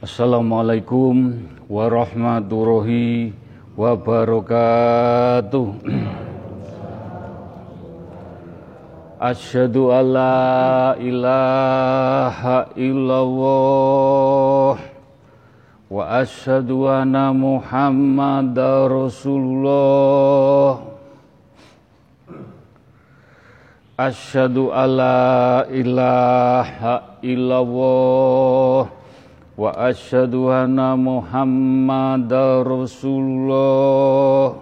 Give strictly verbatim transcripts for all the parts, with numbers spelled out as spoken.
Assalamualaikum warahmatullahi wabarakatuh. Asyhadu alla ilaha illallah wa asyhadu anna Muhammadar Rasulullah. Asyhadu alla ilaha illallah wa asyhadu anna Muhammadar Rasulullah.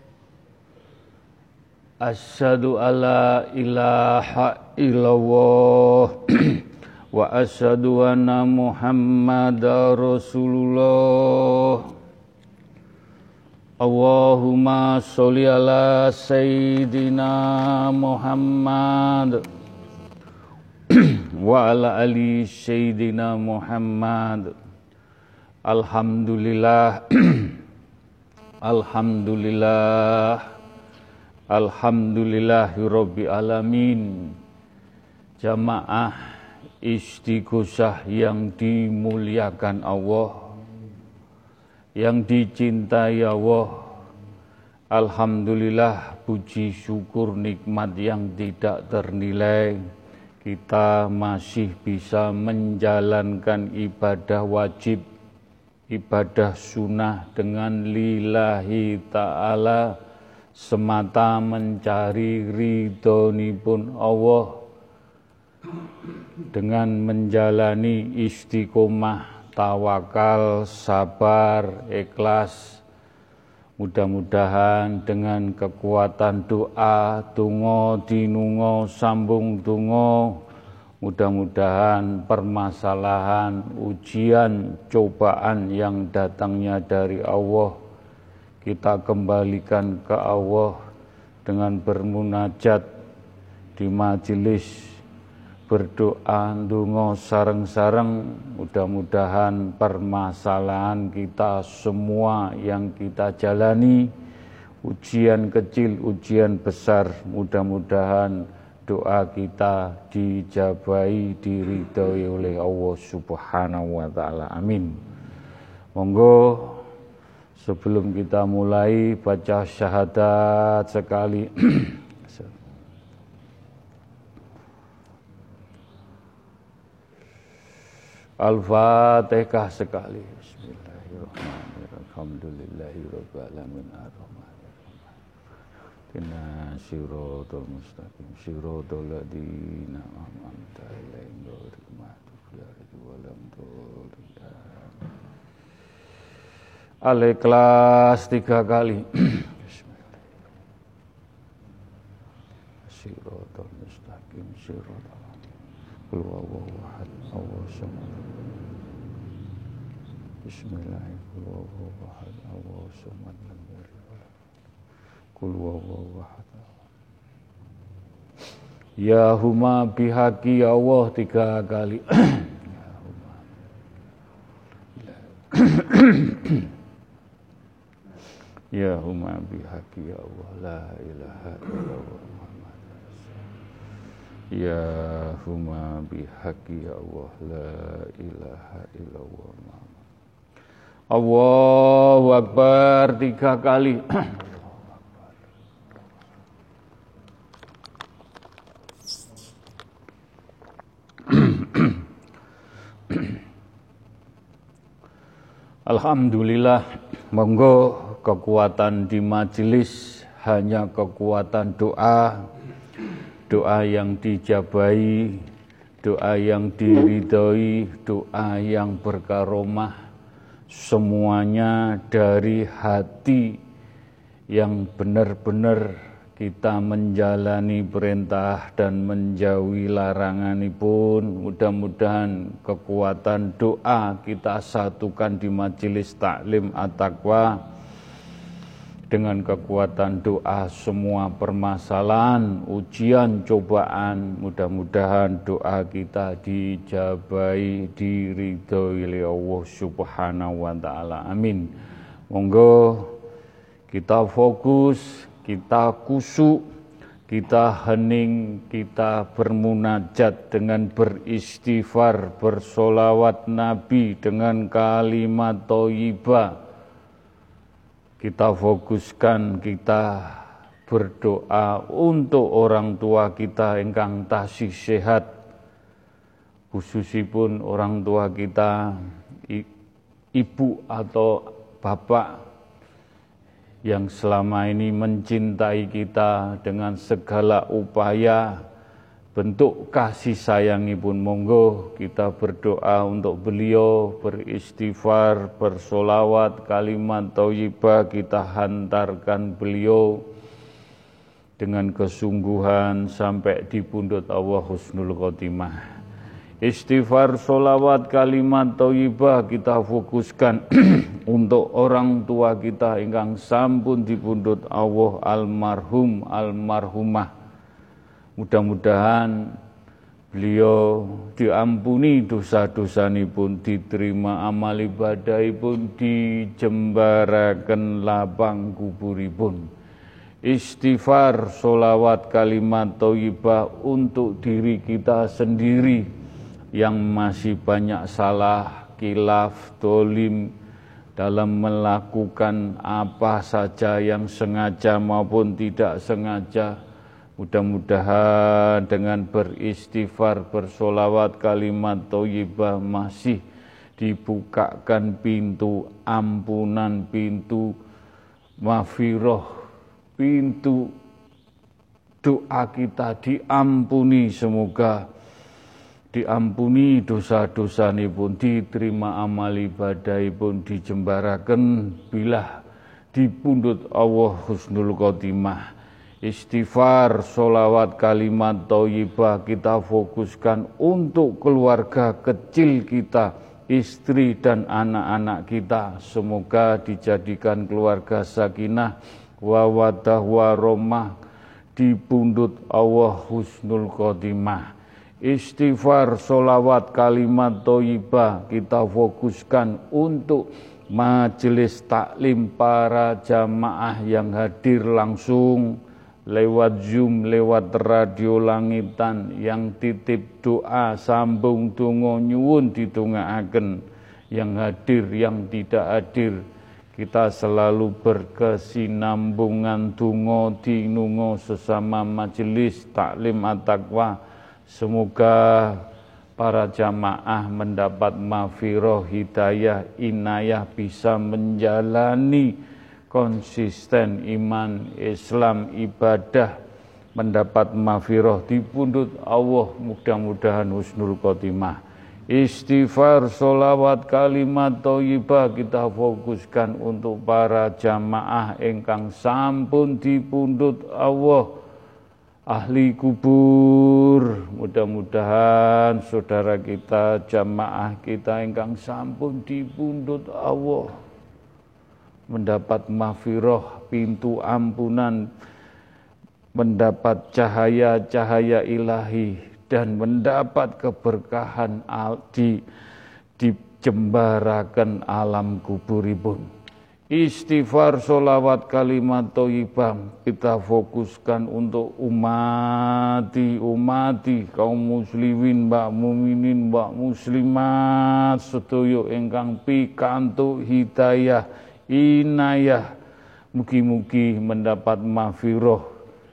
Asyhadu alla ilaha illallah wa asyhadu anna Muhammadar Rasulullah. Allahumma sholli ala Sayyidina Muhammad wa ala ali Sayyidina Muhammad. Alhamdulillah Alhamdulillah Alhamdulillahirabbil alamin. Jamaah istighosah yang dimuliakan Allah, yang dicintai Allah. Alhamdulillah, puji syukur nikmat yang tidak ternilai, kita masih bisa menjalankan ibadah wajib, ibadah sunnah dengan lillahi ta'ala, semata mencari ridhonipun Allah, dengan menjalani istiqomah, tawakal, sabar, ikhlas. Mudah-mudahan dengan kekuatan doa, donga dinunga sambung donga, mudah-mudahan permasalahan, ujian, cobaan yang datangnya dari Allah kita kembalikan ke Allah dengan bermunajat di majelis, berdoa, ndonga sareng-sareng. Mudah-mudahan permasalahan kita semua yang kita jalani, ujian kecil, ujian besar, mudah-mudahan doa kita dijabahi, diridhoi oleh Allah Subhanahu wa taala. Amin. Monggo sebelum kita mulai baca syahadat sekali. Al-Fatihah sekali. Bismillahirrahmanirrahim. Alhamdulillahirabbil alamin arrahmanirrahim. Inna siratal mustaqim siratal ladzina an'amta alaihim ghairil maghdubi alaihim waladdallin. Al-Ikhlas tiga kali. Siratal mustaqim siratal Qul huwallahu ahad Allahu samad. Bismillahirrahmanirrahim. Allahu samad lam yalid walam yulad. Qul huwallahu ahad. Ya huma bihaqi Allah tiga kali. Ya huma. Ya huma bihaqi ya Allah la ilaha illallah. Ya huma bihaqi ya Allah la ilaha illallah Muhammad. Allahu Akbar tiga kali. Alhamdulillah, monggo kekuatan di majelis hanya kekuatan doa. Doa yang dijabahi, doa yang diridhoi, doa yang berkaromah, semuanya dari hati yang benar-benar kita menjalani perintah dan menjauhi laranganipun. Mudah-mudahan kekuatan doa kita satukan di majelis taklim at-taqwa. Dengan kekuatan doa semua permasalahan, ujian, cobaan, mudah-mudahan doa kita dijabahi, diridhoi oleh Allah Subhanahu wa taala. Amin. Monggo kita fokus, kita khusyuk kita hening, kita bermunajat dengan beristighfar, bersolawat Nabi dengan kalimat thayyibah. Kita fokuskan, kita berdoa untuk orang tua kita ingkang tasih sehat, khususipun orang tua kita, ibu atau bapak yang selama ini mencintai kita dengan segala upaya, bentuk kasih sayangipun, monggo kita berdoa untuk beliau, beristighfar, bersolawat, kalimat thayyibah kita hantarkan beliau dengan kesungguhan sampai di pundut Allah husnul khotimah. Istighfar, solawat, kalimat thayyibah kita fokuskan untuk orang tua kita ingkang sampun dipundhut Allah, almarhum almarhumah. Mudah-mudahan beliau diampuni dosa-dosanipun, diterima amal ibadahipun, dijembaraken lapang kuburipun. Istighfar, solawat, kalimat thayyibah untuk diri kita sendiri yang masih banyak salah, khilaf, dolim dalam melakukan apa saja yang sengaja maupun tidak sengaja. Mudah-mudahan dengan beristighfar, bersolawat, kalimat thayyibah masih dibukakan pintu ampunan, pintu maghfirah, pintu doa kita diampuni, semoga diampuni dosa-dosanipun, diterima amal ibadahipun, dijembaraken bilah dipundhut Allah husnul khotimah. Istighfar, solawat, kalimat thayyibah kita fokuskan untuk keluarga kecil kita, istri dan anak-anak kita. Semoga dijadikan keluarga sakinah, wawadah, warahmah, dipundhut Allah husnul khotimah. Istighfar, solawat, kalimat thayyibah kita fokuskan untuk majelis taklim para jamaah yang hadir langsung lewat Zoom, lewat radio langitan, yang titip doa, sambung donga nyuwun ditungaaken, yang hadir, yang tidak hadir. Kita selalu berkesinambungan donga dinunga sesama majelis taklim at-taqwa. Semoga para jamaah mendapat maghfirah, hidayah, inayah, bisa menjalani konsisten iman, Islam, ibadah, mendapat maghfirah dipundhut Allah, mudah-mudahan husnul khotimah. Istighfar, solawat, kalimat thayyibah kita fokuskan untuk para jamaah ingkang sampun dipundhut Allah, ahli kubur. Mudah-mudahan saudara kita, jamaah kita ingkang sampun dipundhut Allah mendapat maghfirah, pintu ampunan, mendapat cahaya-cahaya ilahi, dan mendapat keberkahan di dijembaraken alam kuburipun. Istighfar, solawat, kalimat thayyibah kita fokuskan untuk umati umati kaum muslimin, mbak mukminin, mbak muslimat sedaya ingkang pikantuk hidayah, inayah, mugi-mugi mendapat maghfirah,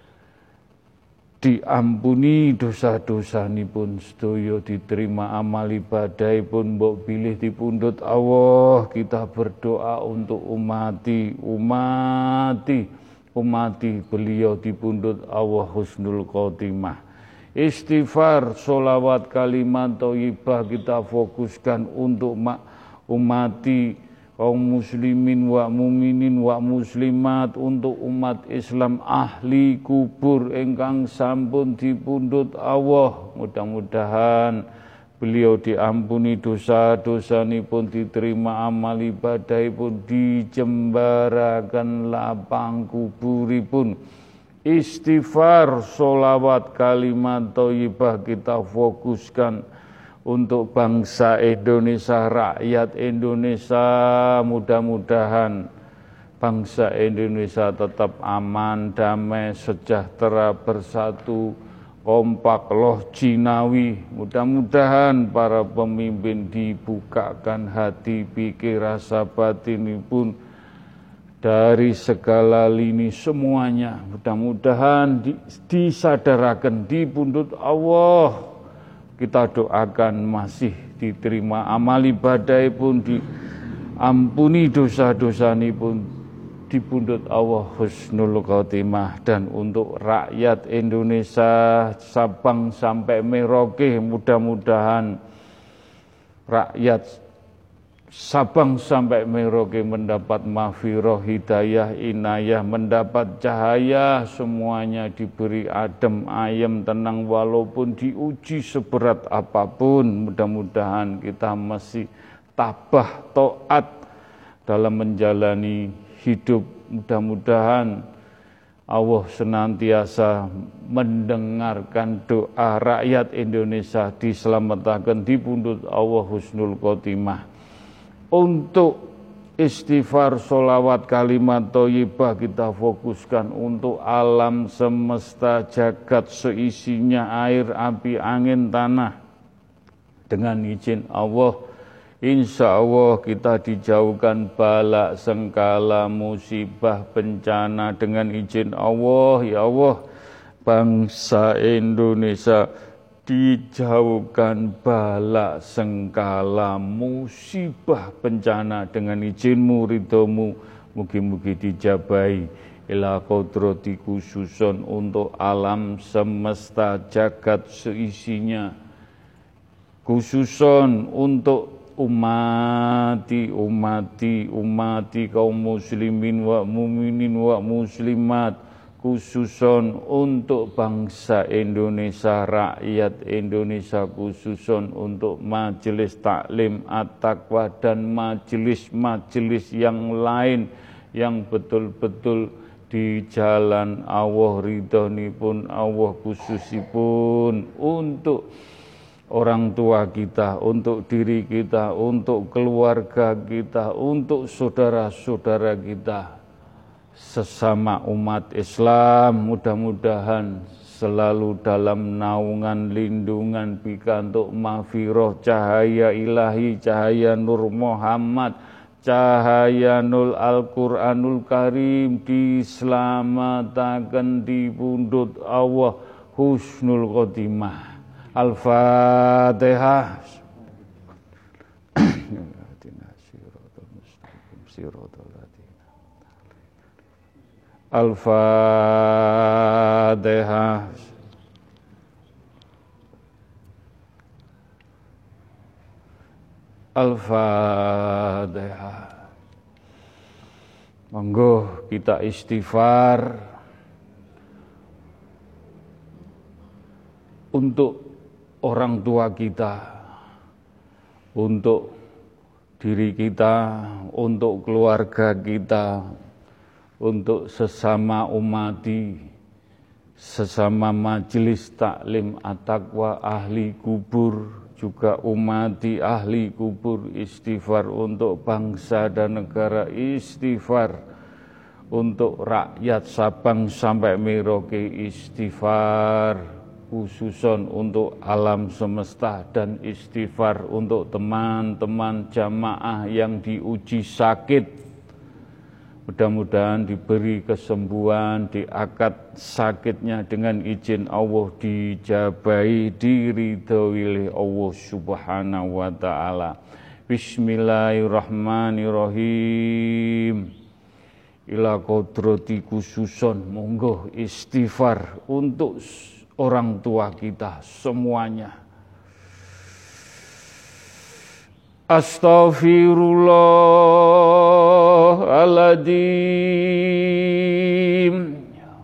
diampuni dosa-dosanipun sedaya, diterima amal ibadahipun, mbok bilih dipundhut Allah. Kita berdoa untuk umati umati umati beliau dipundhut Allah husnul khotimah. Istighfar, solawat, kalimat thayyibah kita fokuskan untuk umati kaum muslimin wa mukminin wa muslimat, untuk umat Islam ahli kubur ingkang sampun dipundhut Allah. Mudah-mudahan beliau diampuni dosa-dosanipun, diterima amal ibadahipun, dijembaraken lapang kuburipun. Istighfar, solawat, kalimat thayyibah kita fokuskan untuk bangsa Indonesia, rakyat Indonesia. Mudah-mudahan bangsa Indonesia tetap aman, damai, sejahtera, bersatu, kompak, loh jinawi. Mudah-mudahan para pemimpin dibukakan hati, pikir, rasa batin pun dari segala lini semuanya. Mudah-mudahan disadarakan di pundut Allah. Kita doakan masih diterima amal ibadah pun, diampuni dosa-dosa ini pun di pundut Allah husnul khotimah. Dan untuk rakyat Indonesia Sabang sampai Merauke, mudah-mudahan rakyat Sabang sampai Merauke mendapat maghfirah, hidayah, inayah, mendapat cahaya, semuanya diberi adem, ayem, tenang walaupun diuji seberat apapun. Mudah-mudahan kita masih tabah, taat dalam menjalani hidup. Mudah-mudahan Allah senantiasa mendengarkan doa rakyat Indonesia diselamatkan di pundut Allah husnul khotimah. Untuk istighfar, sholawat, kalimat thayyibah kita fokuskan untuk alam semesta jagat seisinya, air, api, angin, tanah. Dengan izin Allah, insya Allah kita dijauhkan bala, sengkala, musibah, bencana dengan izin Allah. Ya Allah, bangsa Indonesia dijauhkan bala, sengkala, musibah, bencana dengan izin-Mu, ridho-Mu. Mugi-mugi dijabahi ila kodrati khususon untuk alam semesta jagat seisinya, khususon untuk umati, umati, umati kaum muslimin wa muminin wa muslimat, khususon untuk bangsa Indonesia, rakyat Indonesia, khususon untuk majelis taklim at-taqwa dan majelis-majelis yang lain yang betul-betul di jalan Allah, ridhonipun Allah, khususipun untuk orang tua kita, untuk diri kita, untuk keluarga kita, untuk saudara-saudara kita, sesama umat Islam. Mudah-mudahan selalu dalam naungan lindungan pikantuk maghfirah, cahaya ilahi, cahaya Nur Muhammad, cahaya Nur Al-Quranul Karim, diselamatkan di pundut Allah husnul khotimah. Al-Fatihah. Al-Fatihah. Al-Fatihah. Monggo kita istighfar untuk orang tua kita, untuk diri kita, untuk keluarga kita, untuk sesama umati, sesama majelis taklim at-taqwa, ahli kubur, juga umati ahli kubur. Istighfar untuk bangsa dan negara, istighfar untuk rakyat Sabang sampai Merauke, istighfar khususon untuk alam semesta, dan istighfar untuk teman-teman jamaah yang diuji sakit. Mudah-mudahan diberi kesembuhan, diangkat sakitnya dengan izin Allah, dijabahi, diridhoi oleh Allah Subhanahu wa taala. Bismillahirrahmanirrahim. Ila kodrati khususon, monggo istighfar untuk orang tua kita semuanya. Astaghfirullahaladzim.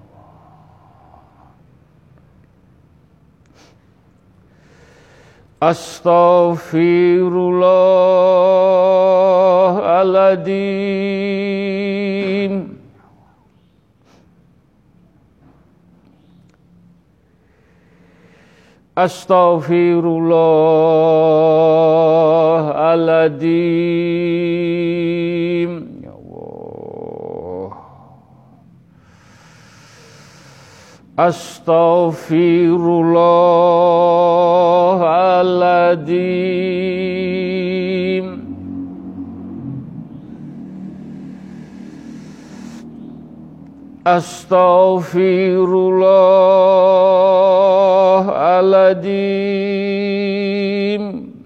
Astaghfirullahaladzim. Astaghfirullahaladzim. Ya Allah. Astaghfirullahaladzim. Astaghfirullahaladzim.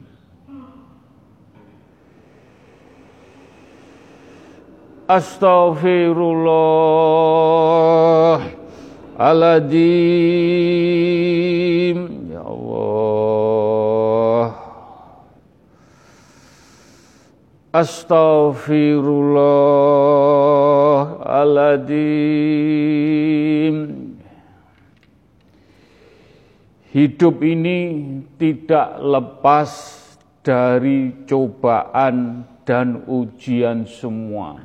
Astaghfirullahaladzim. Ya Allah. Astaghfirullahaladzim. Hidup ini tidak lepas dari cobaan dan ujian semua.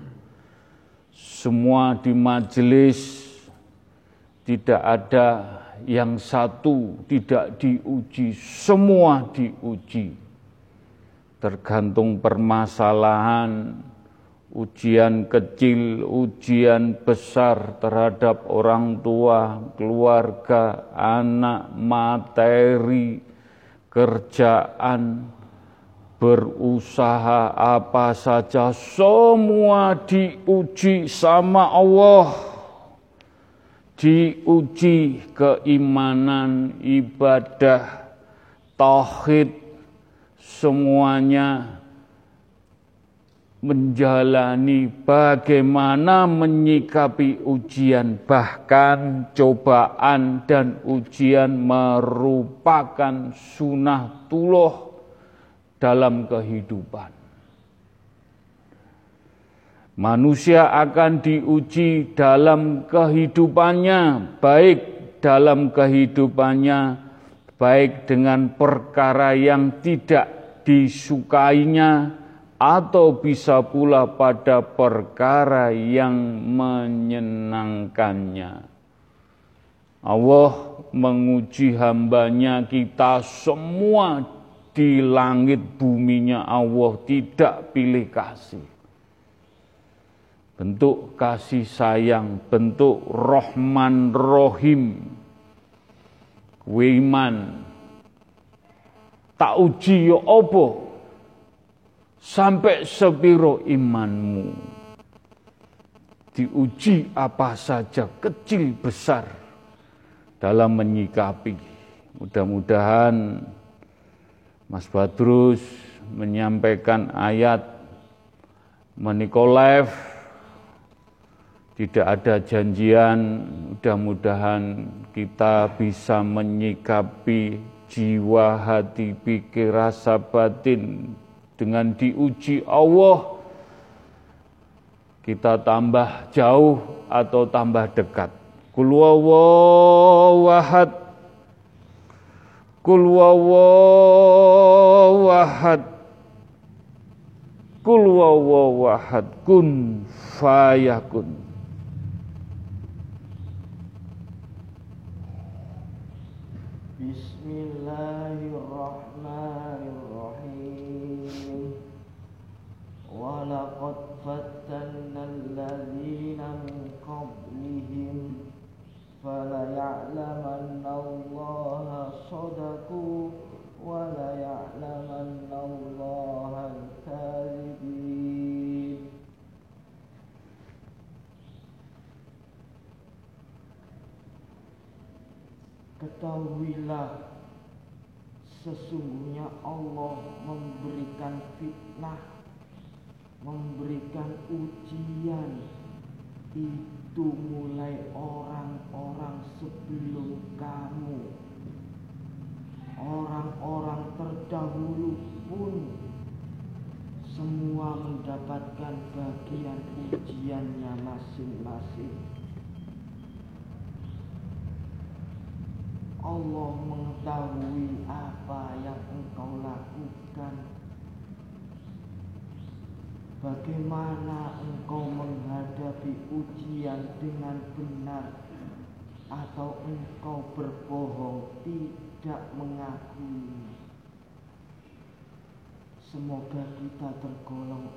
Semua di majelis tidak ada yang satu tidak diuji, semua diuji. Tergantung permasalahan, ujian kecil, ujian besar terhadap orang tua, keluarga, anak, materi, kerjaan, berusaha apa saja, semua diuji sama Allah. Diuji keimanan, ibadah, tauhid, semuanya menjalani bagaimana menyikapi ujian, bahkan cobaan dan ujian merupakan sunatullah dalam kehidupan. Manusia akan diuji dalam kehidupannya, baik dalam kehidupannya, baik dengan perkara yang tidak disukainya, atau bisa pula pada perkara yang menyenangkannya. Allah menguji hambanya kita semua di langit buminya Allah, tidak pilih kasih. Bentuk kasih sayang, bentuk Rahman Rohim, Wiman, tak uji yo opo, sampai sepiro imanmu. Diuji apa saja, kecil besar, dalam menyikapi. Mudah-mudahan Mas Badrus menyampaikan ayat menika live, tidak ada janjian, mudah-mudahan kita bisa menyikapi jiwa, hati, pikir, rasa batin dengan diuji Allah, kita tambah jauh atau tambah dekat. Qul huwallahu ahad, Qul huwallahu ahad, Qul huwallahu ahad, kun fayakun. Bismillahirrahmanirrahim. Wa laqad fattanna alladziina min qablihim fala ya'lamanna Allaha shadaqu wa la ya'lamanna Allaha al-kadzibin. Ketahuilah, sesungguhnya Allah memberikan fitnah, memberikan ujian itu mulai orang-orang sebelum kamu. Orang-orang terdahulu pun semua mendapatkan bagian ujiannya masing-masing. Allah mengetahui apa yang engkau lakukan, bagaimana engkau menghadapi ujian dengan benar, atau engkau berbohong tidak mengakui. Semoga kita tergolong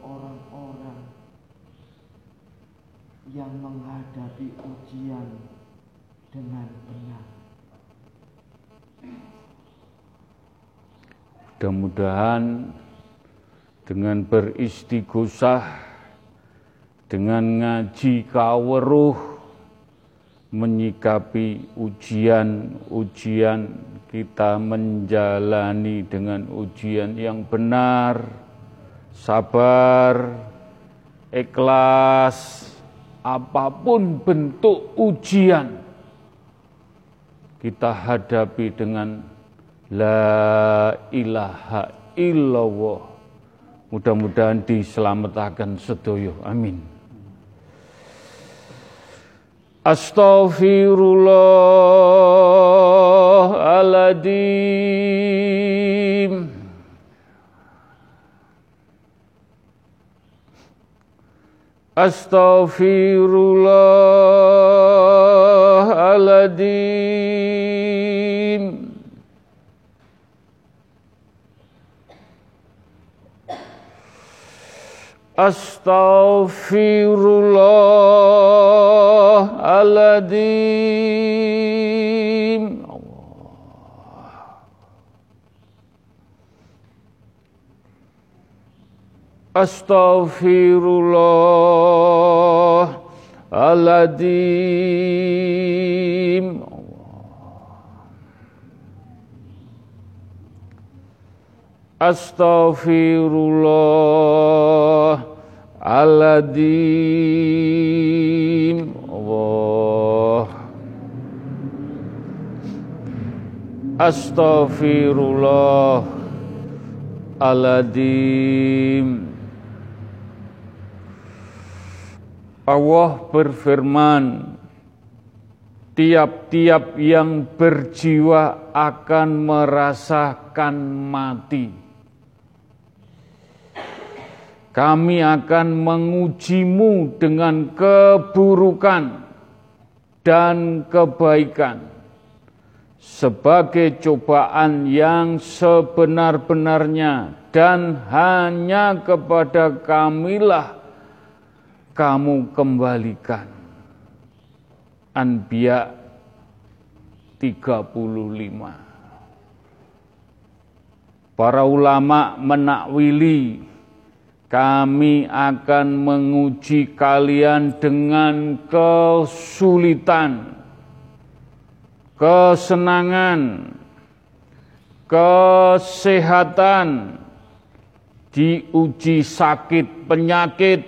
orang-orang yang menghadapi ujian dengan benar. Mudah-mudahan dengan beristighosah, dengan ngaji kaweruh, menyikapi ujian-ujian, kita menjalani dengan ujian yang benar, sabar, ikhlas, apapun bentuk ujian, kita hadapi dengan la ilaha illallah. Mudah-mudahan diselamatkan sedoyo. Amin. Astaghfirullahaladzim. Astaghfirullahaladzim. Astaghfirullahaladzim. Astaghfirullahaladzim. Astaghfirullahaladzim. Allah. Astaghfirullahaladzim. Allah berfirman, tiap-tiap yang berjiwa akan merasakan mati. Kami akan mengujimu dengan keburukan dan kebaikan sebagai cobaan yang sebenar-benarnya, dan hanya kepada Kamilah kamu kembalikan. Anbiya tiga puluh lima. Para ulama menakwili, kami akan menguji kalian dengan kesulitan, kesenangan, kesehatan, diuji sakit penyakit,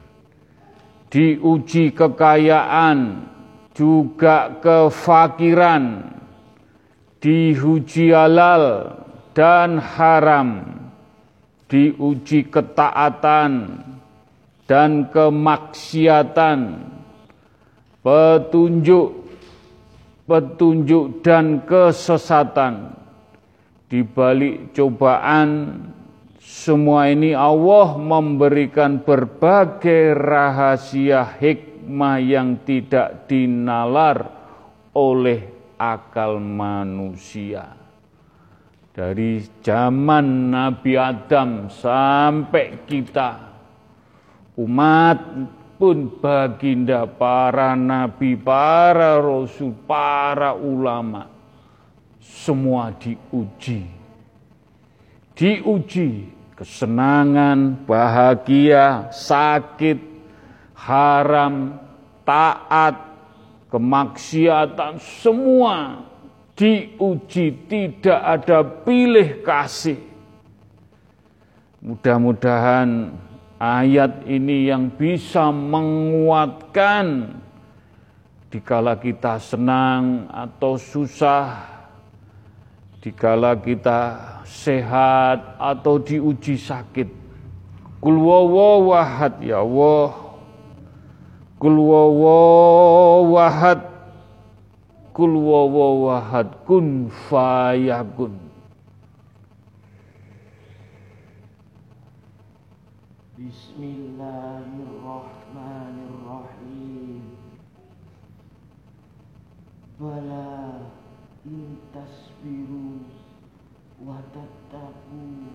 diuji kekayaan, juga kefakiran, diuji halal dan haram, diuji ketaatan dan kemaksiatan, petunjuk, petunjuk dan kesesatan. Di balik cobaan semua ini Allah memberikan berbagai rahasia hikmah yang tidak dinalar oleh akal manusia. Dari zaman Nabi Adam sampai kita, umat pun baginda, para nabi, para rasul, para ulama, semua diuji. Diuji kesenangan, bahagia, sakit, haram, taat, kemaksiatan, semua diuji, tidak ada pilih kasih. Mudah-mudahan ayat ini yang bisa menguatkan dikala kita senang atau susah, dikala kita sehat atau diuji sakit. Qul huwallahu ahad, ya Allah. Qul huwallahu ahad. Qul huwallahu ahad, kun fayakun. Bismillahirrahmanirrahim. Bala intasbiru wa tattaqu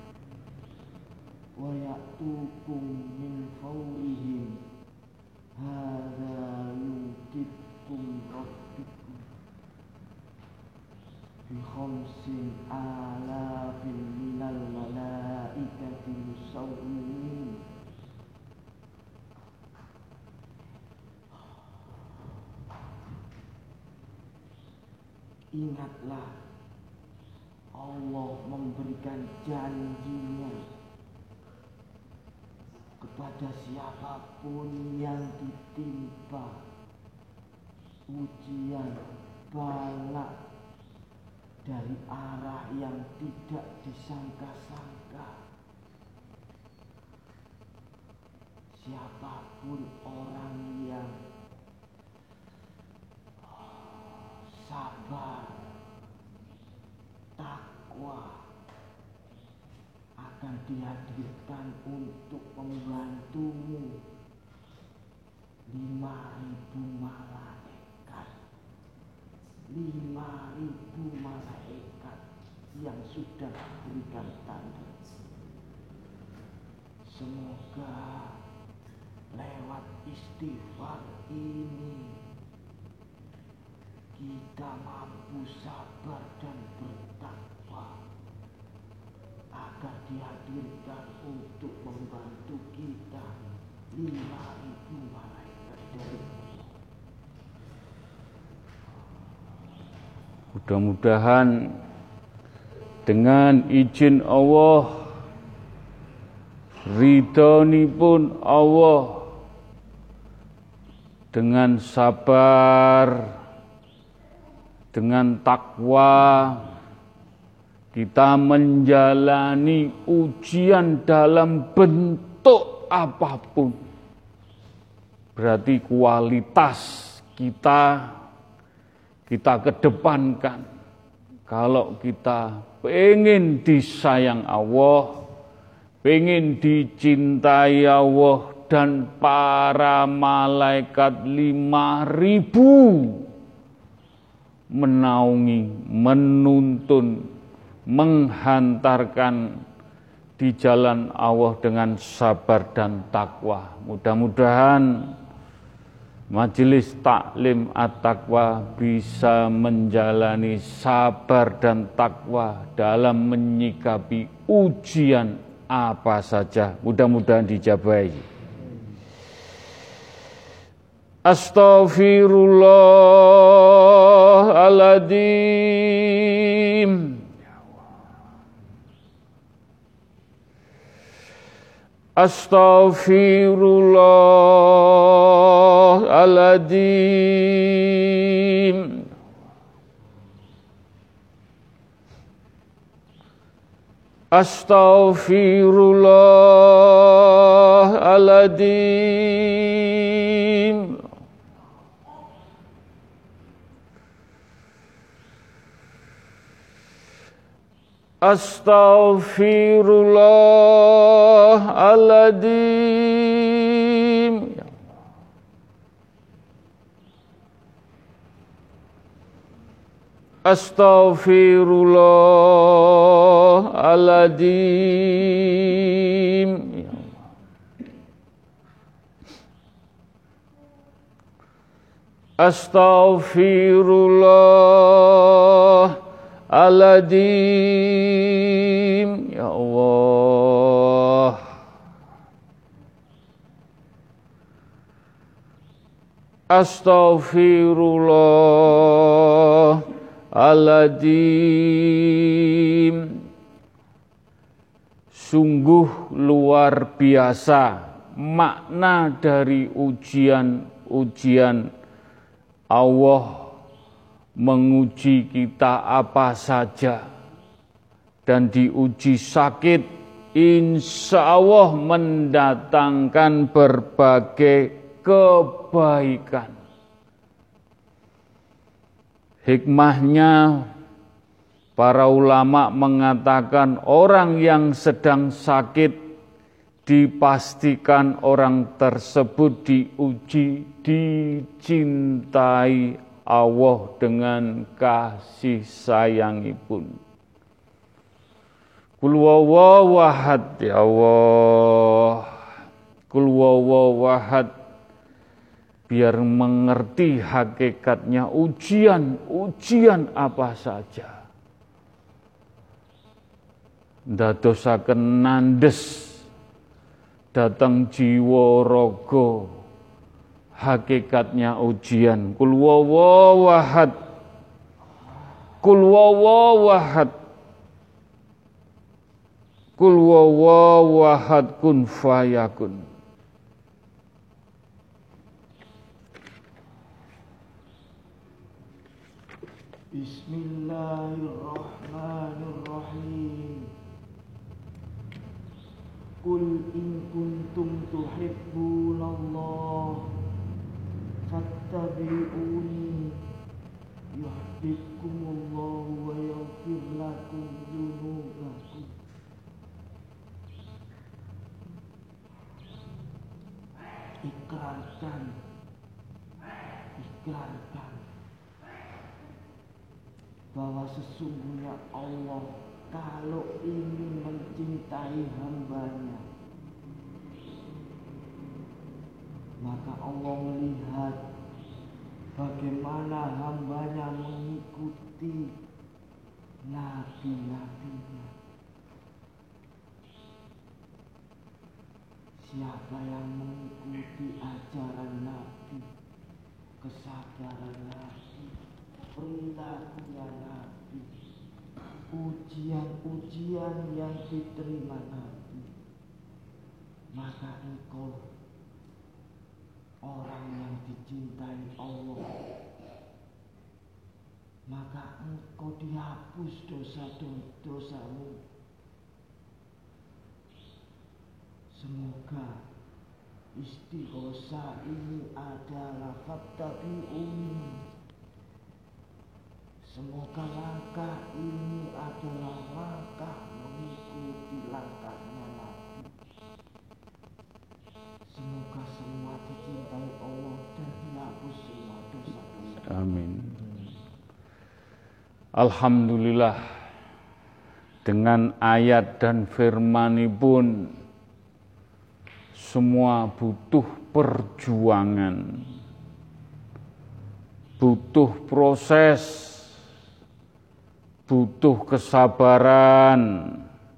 wa ya'tukum min fawrihim hadza yumtitkum rabbikum bi khamsin alafin minal malaikati musawwimin. Ingatlah, Allah memberikan janjinya kepada siapapun yang ditimpa ujian bala dari arah yang tidak disangka-sangka. Siapapun orang yang sabar, takwa, akan dihadirkan untuk membantumu lima ribu malaikat, lima ribu malaikat yang sudah diberikan tanda. Semoga lewat istighfar ini kita mampu sabar dan bertakwa agar dihadirkan untuk membantu kita lima ribu malaikat dari Allah. Mudah-mudahan dengan izin Allah, ridhonipun Allah, dengan sabar, dengan takwa, kita menjalani ujian dalam bentuk apapun. Berarti kualitas kita kita kedepankan. Kalau kita pengen disayang Allah, pengen dicintai Allah dan para malaikat lima ribu menaungi, menuntun, menghantarkan di jalan Allah dengan sabar dan takwa. Mudah-mudahan Majelis Taklim At-Taqwa bisa menjalani sabar dan takwa dalam menyikapi ujian apa saja. Mudah-mudahan dijabahi. Astaghfirullahaladzim. Astaghfirullahaladzim. Astaghfirullahaladzim. Astaghfirullahaladzim. Astaghfirullahaladzim. Astaghfirullahaladzim. Ya Allah. Astaghfirullahaladzim. Sungguh luar biasa makna dari ujian-ujian Allah menguji kita apa saja, dan diuji sakit insya Allah mendatangkan berbagai kebaikan. Hikmahnya, para ulama mengatakan orang yang sedang sakit dipastikan orang tersebut diuji, dicintai Allah dengan kasih sayangipun. Qul huwallahu ahad, ya Allah. Qul huwallahu ahad, biar mengerti hakikatnya ujian-ujian apa saja. ndadosaken nandes dateng jiwa raga hakikatnya ujian. Kul huwallahu ahad, kul huwallahu ahad, kul huwallahu ahad, kun fayakun. Bismillahirrahmanirrahim. Qul in kuntum tuhibbunallah fattabi'uni yuhibbukumullahu wa yaghfir lakum dzunubakum. Ikrarkan, ikrarkan bahwa sesungguhnya Allah kalau ingin mencintai hambanya, maka Allah melihat bagaimana hambanya mengikuti nabi-nabinya. Siapa yang mengikuti ajaran Nabi, kesadaran Nabi, perilakunya Nabi, ujian-ujian yang diterima Nabi, maka engkau orang yang dicintai Allah, maka engkau dihapus dosa-dosamu. Semoga istighosah ini adalah fattabi'uni. Semoga langkah ini adalah langkah mengikuti langkahnya Nabi. Semoga semua dicintai Allah dan dihapus semua dosa-dosa. Amin. Alhamdulillah, dengan ayat dan firmanipun semua butuh perjuangan, butuh proses, butuh kesabaran,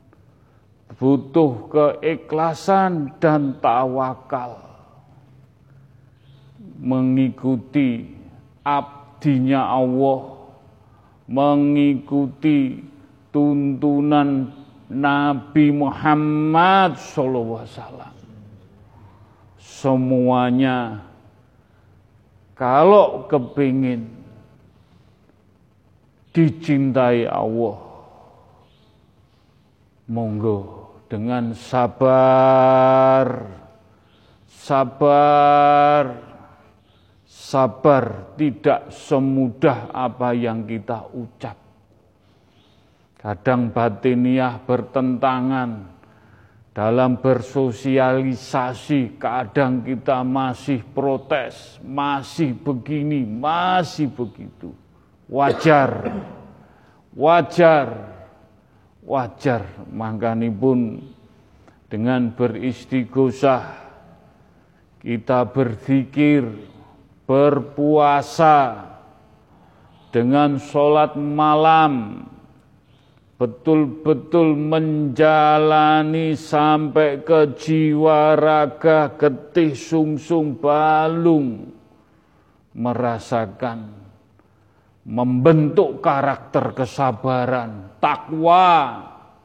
butuh keikhlasan dan tawakal mengikuti abdinya Allah, mengikuti tuntunan Nabi Muhammad shallallahu alaihi wasallam. Semuanya kalau kepingin dicintai Allah, monggo dengan sabar, sabar, sabar. Tidak semudah apa yang kita ucap. Kadang batiniah bertentangan dalam bersosialisasi, kadang kita masih protes, masih begini, masih begitu. Wajar, wajar, wajar. Mangkanipun dengan beristighosah, kita berzikir, berpuasa, dengan sholat malam, betul-betul menjalani sampai ke jiwa raga, getih sungsung balung, merasakan, membentuk karakter kesabaran, takwa.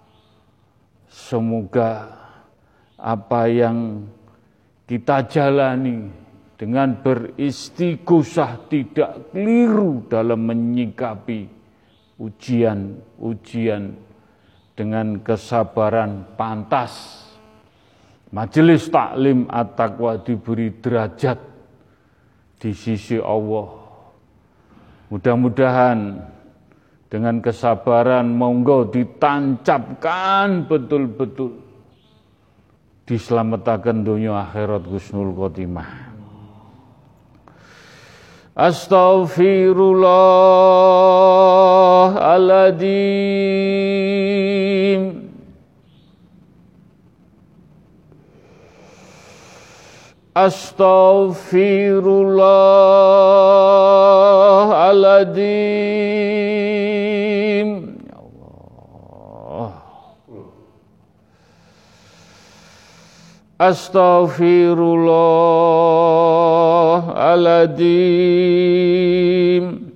Semoga apa yang kita jalani dengan beristighosah tidak keliru dalam menyikapi ujian-ujian dengan kesabaran pantas. Majelis Taklim At-Taqwa diberi derajat di sisi Allah. Mudah-mudahan dengan kesabaran monggo ditancapkan betul-betul diselamatkan dunia akhirat husnul khotimah. Astaghfirullahaladzim. Astaghfirullahaladzim. Ya Allah. Astaghfirullahaladzim.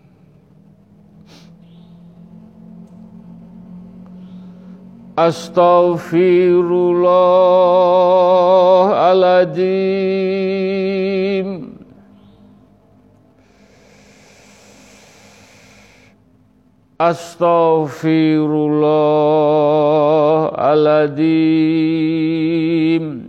Astaghfirullahaladzim. Astaghfirullahaladzim.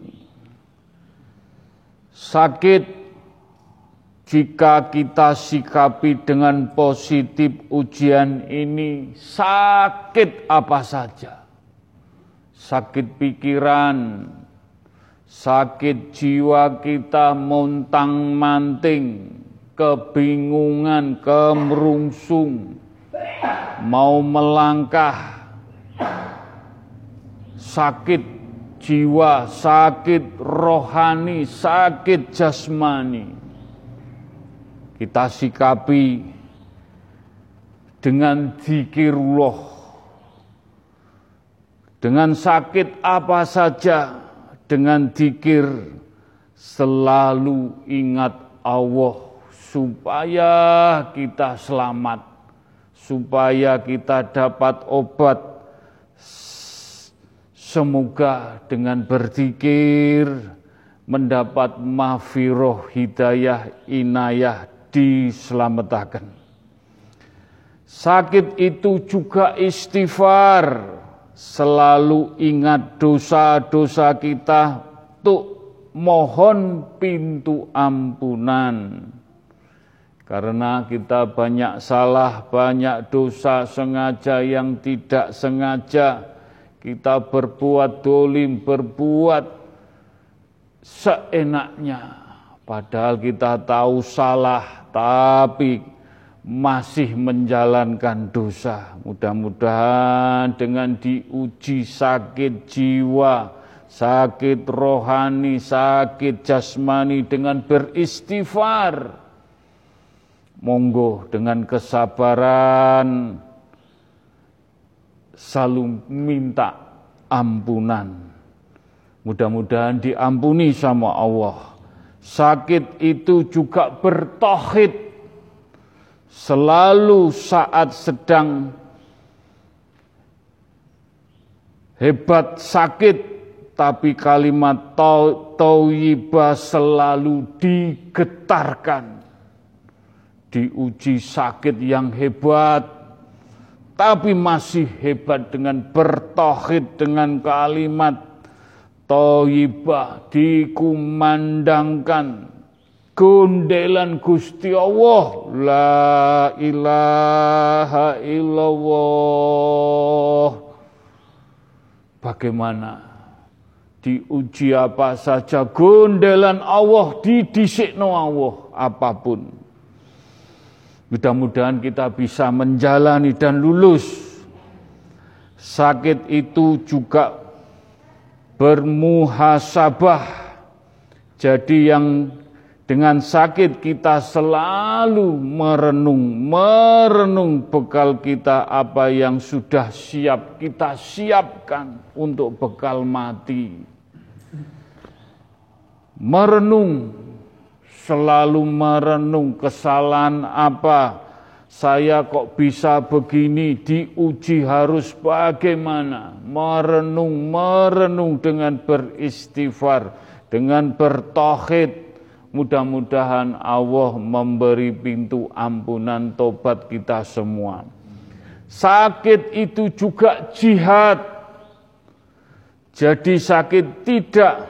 Sakit jika kita sikapi dengan positif ujian ini, sakit apa saja. Sakit pikiran, sakit jiwa kita montang-manting, kebingungan, kemerungsung, mau melangkah, sakit jiwa, sakit rohani, sakit jasmani. Kita sikapi dengan zikirullah. Dengan sakit apa saja, dengan zikir selalu ingat Allah supaya kita selamat, supaya kita dapat obat. Semoga dengan berzikir mendapat maghfirah, hidayah, inayah, diselamatkan. Sakit itu juga istighfar. Selalu ingat dosa-dosa kita, untuk mohon pintu ampunan. Karena kita banyak salah, banyak dosa sengaja yang tidak sengaja. Kita berbuat dolim, berbuat seenaknya. Padahal kita tahu salah, tapi masih menjalankan dosa. Mudah-mudahan dengan diuji sakit jiwa, sakit rohani, sakit jasmani dengan beristighfar, monggo dengan kesabaran selalu minta ampunan. Mudah-mudahan diampuni sama Allah. Sakit itu juga bertauhid. Selalu saat sedang hebat sakit, tapi kalimat thayyibah selalu digetarkan. Diuji sakit yang hebat, tapi masih hebat dengan bertauhid, dengan kalimat thayyibah, dikumandangkan gondelan Gusti Allah, la ilaha illallah. Bagaimana diuji apa saja, gondelan Allah, didisikno Allah apapun. Mudah-mudahan kita bisa menjalani dan lulus. Sakit itu juga bermuhasabah. Jadi yang dengan sakit kita selalu merenung, merenung bekal kita apa yang sudah siap kita siapkan untuk bekal mati. Merenung, selalu merenung kesalahan apa, saya kok bisa begini, diuji harus bagaimana. Merenung, merenung dengan beristighfar, dengan bertauhid. Mudah-mudahan Allah memberi pintu ampunan tobat kita semua. Sakit itu juga jihad. Jadi sakit tidak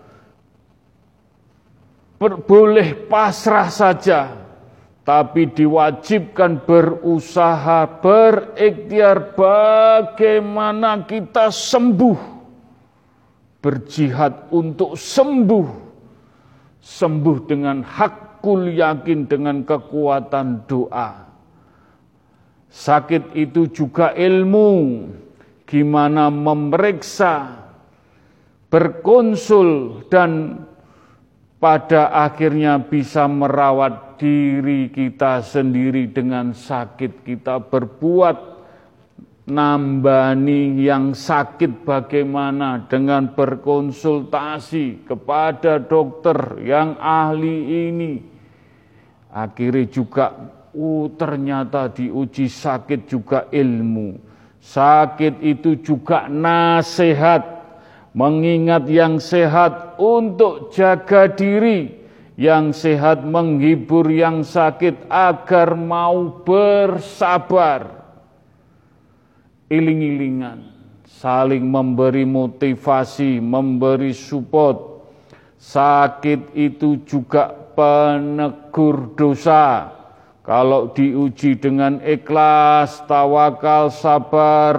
boleh pasrah saja, tapi diwajibkan berusaha, berikhtiar bagaimana kita sembuh. Berjihad untuk sembuh. Sembuh dengan hakul yakin, dengan kekuatan doa. Sakit itu juga ilmu, gimana memeriksa, berkonsul, dan pada akhirnya bisa merawat diri kita sendiri dengan sakit kita, berbuat nambani yang sakit bagaimana dengan berkonsultasi kepada dokter yang ahli ini. Akhirnya juga, oh ternyata diuji sakit juga ilmu. Sakit itu juga nasihat, mengingat yang sehat untuk jaga diri, yang sehat menghibur yang sakit agar mau bersabar. Iling-ilingan, saling memberi motivasi, memberi support. Sakit itu juga penegur dosa. Kalau diuji dengan ikhlas, tawakal, sabar,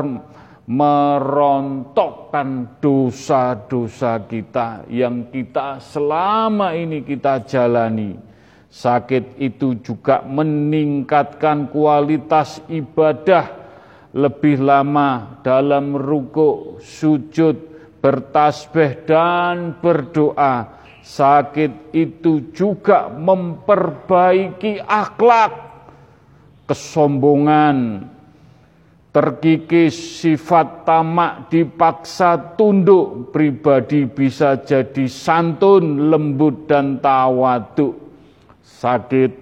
merontokkan dosa-dosa kita yang kita selama ini kita jalani. Sakit itu juga meningkatkan kualitas ibadah, lebih lama dalam ruku, sujud, bertasbih dan berdoa. Sakit itu juga memperbaiki akhlak, kesombongan, terkikis, sifat tamak dipaksa tunduk, pribadi bisa jadi santun, lembut dan tawaduk. Sakit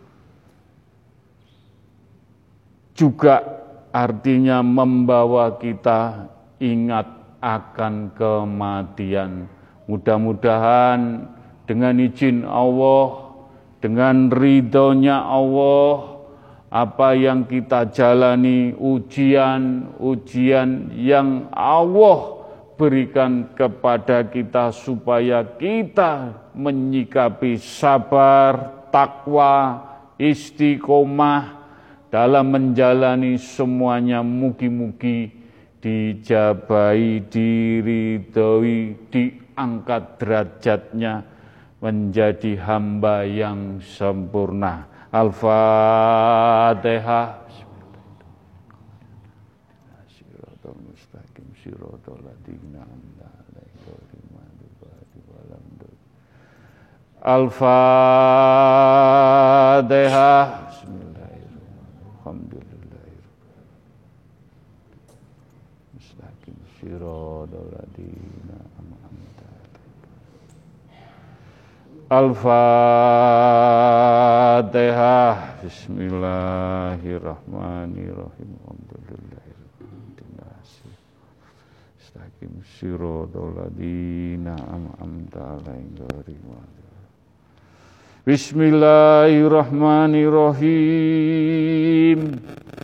juga artinya membawa kita ingat akan kematian. Mudah-mudahan dengan izin Allah, dengan ridhonya Allah, apa yang kita jalani, ujian-ujian yang Allah berikan kepada kita supaya kita menyikapi sabar, takwa, istiqomah dalam menjalani semuanya. Mugi-mugi dijabai, diridhoi, diangkat derajatnya menjadi hamba yang sempurna. Al-Fatihah. Al-Fatihah. Al-Fatihah. Bismillahirrahmanirrahim. Alhamdulillahirrahmanirrahim. Siratal ladzina an'amta alaihim. Bismillahirrahmanirrahim.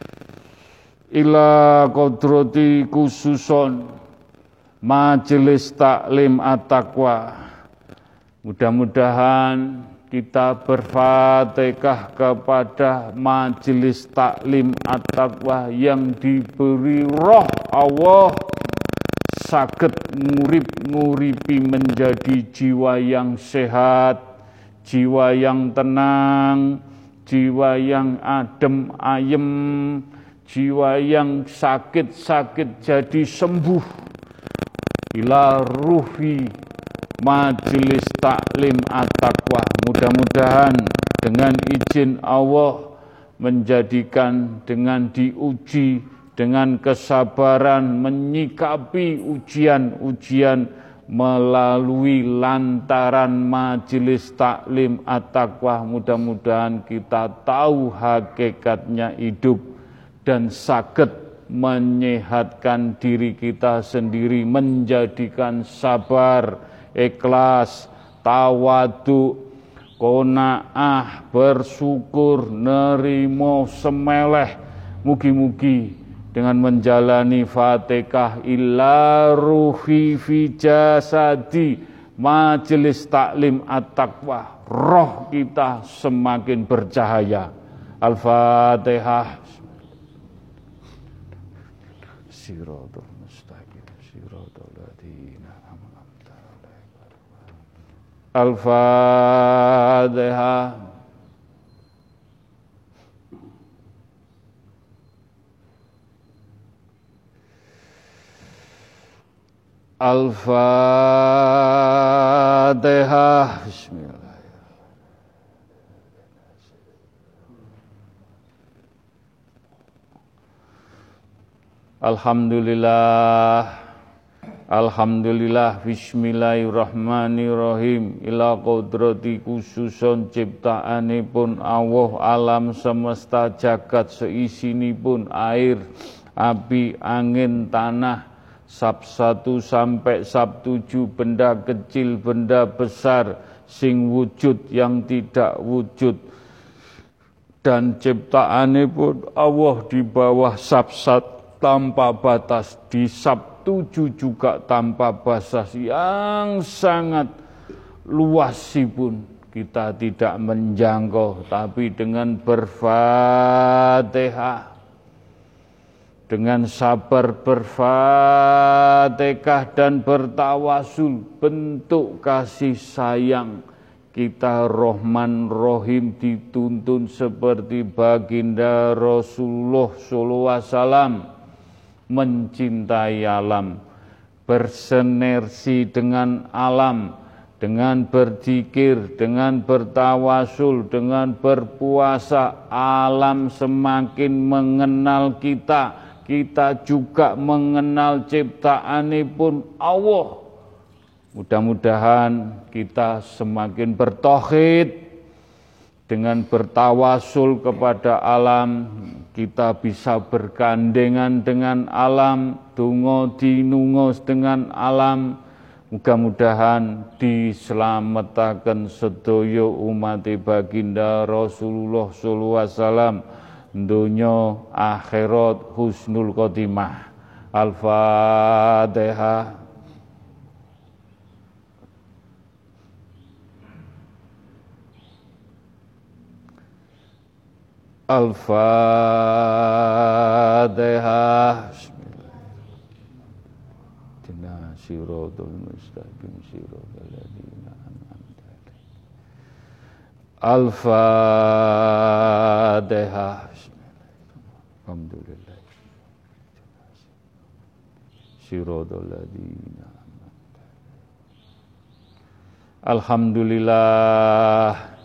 Ila kodrati khususon Majelis Taklim At-Taqwa. Mudah-mudahan kita berfatihah kepada Majelis Taklim At-Taqwa yang diberi roh Allah, saged ngurip-nguripi menjadi jiwa yang sehat, jiwa yang tenang, jiwa yang adem ayem, jiwa yang sakit-sakit jadi sembuh. Ila ruhi Majelis Taklim At-Taqwa. Mudah-mudahan dengan izin Allah menjadikan dengan diuji, dengan kesabaran menyikapi ujian-ujian melalui lantaran Majelis Taklim At-Taqwa. Mudah-mudahan kita tahu hakikatnya hidup dan saged menyehatkan diri kita sendiri, menjadikan sabar, ikhlas, tawadhu, qanaah, bersyukur, nerimo, semeleh. Mugi-mugi dengan menjalani Fatihah ila ruhi fi jasadi Majelis Taklim At-Taqwa, roh kita semakin bercahaya. Al-Fatihah. Siratal mustaqim, siratal ladzina an'amta alaihim. Al-Fatihah. Al-Fatihah. Bismillah. Alhamdulillah, Alhamdulillah, bismillahirrahmanirrahim. Ila qudrati khususun ciptaanipun Allah alam semesta jagat seisinipun air, api, angin, tanah, sab satu sampai sab tujuh, benda kecil, benda besar, sing wujud yang tidak wujud. Dan ciptaanipun Allah di bawah sab satu tanpa batas, di sab tujuh juga tanpa batas yang sangat luasipun kita tidak menjangkau, tapi dengan berfatihah, dengan sabar berfatihah dan bertawasul, bentuk kasih sayang kita Rahman Rahim dituntun seperti baginda Rasulullah sallallahu alaihi wasallam, mencintai alam, bersinergi dengan alam, dengan berzikir, dengan bertawasul, dengan berpuasa. Alam semakin mengenal kita, kita juga mengenal ciptaanipun Allah. Mudah-mudahan kita semakin bertauhid, dengan bertawasul kepada alam, kita bisa bergandengan dengan alam, donga dinungos dengan alam. Mudah-mudahan dislametaken sedaya umat baginda Rasulullah sallallahu alaihi wasallam, donya akhirat husnul khotimah. Al-Fatihah. Al-Fatihah. Bismillahirrahmanirrahim. Siratal mustaqim siratal ladzina an'amta alaihim. Al-Fatihah. Alhamdulillah. Siratal ladzina an'amta alaihim. Alhamdulillah.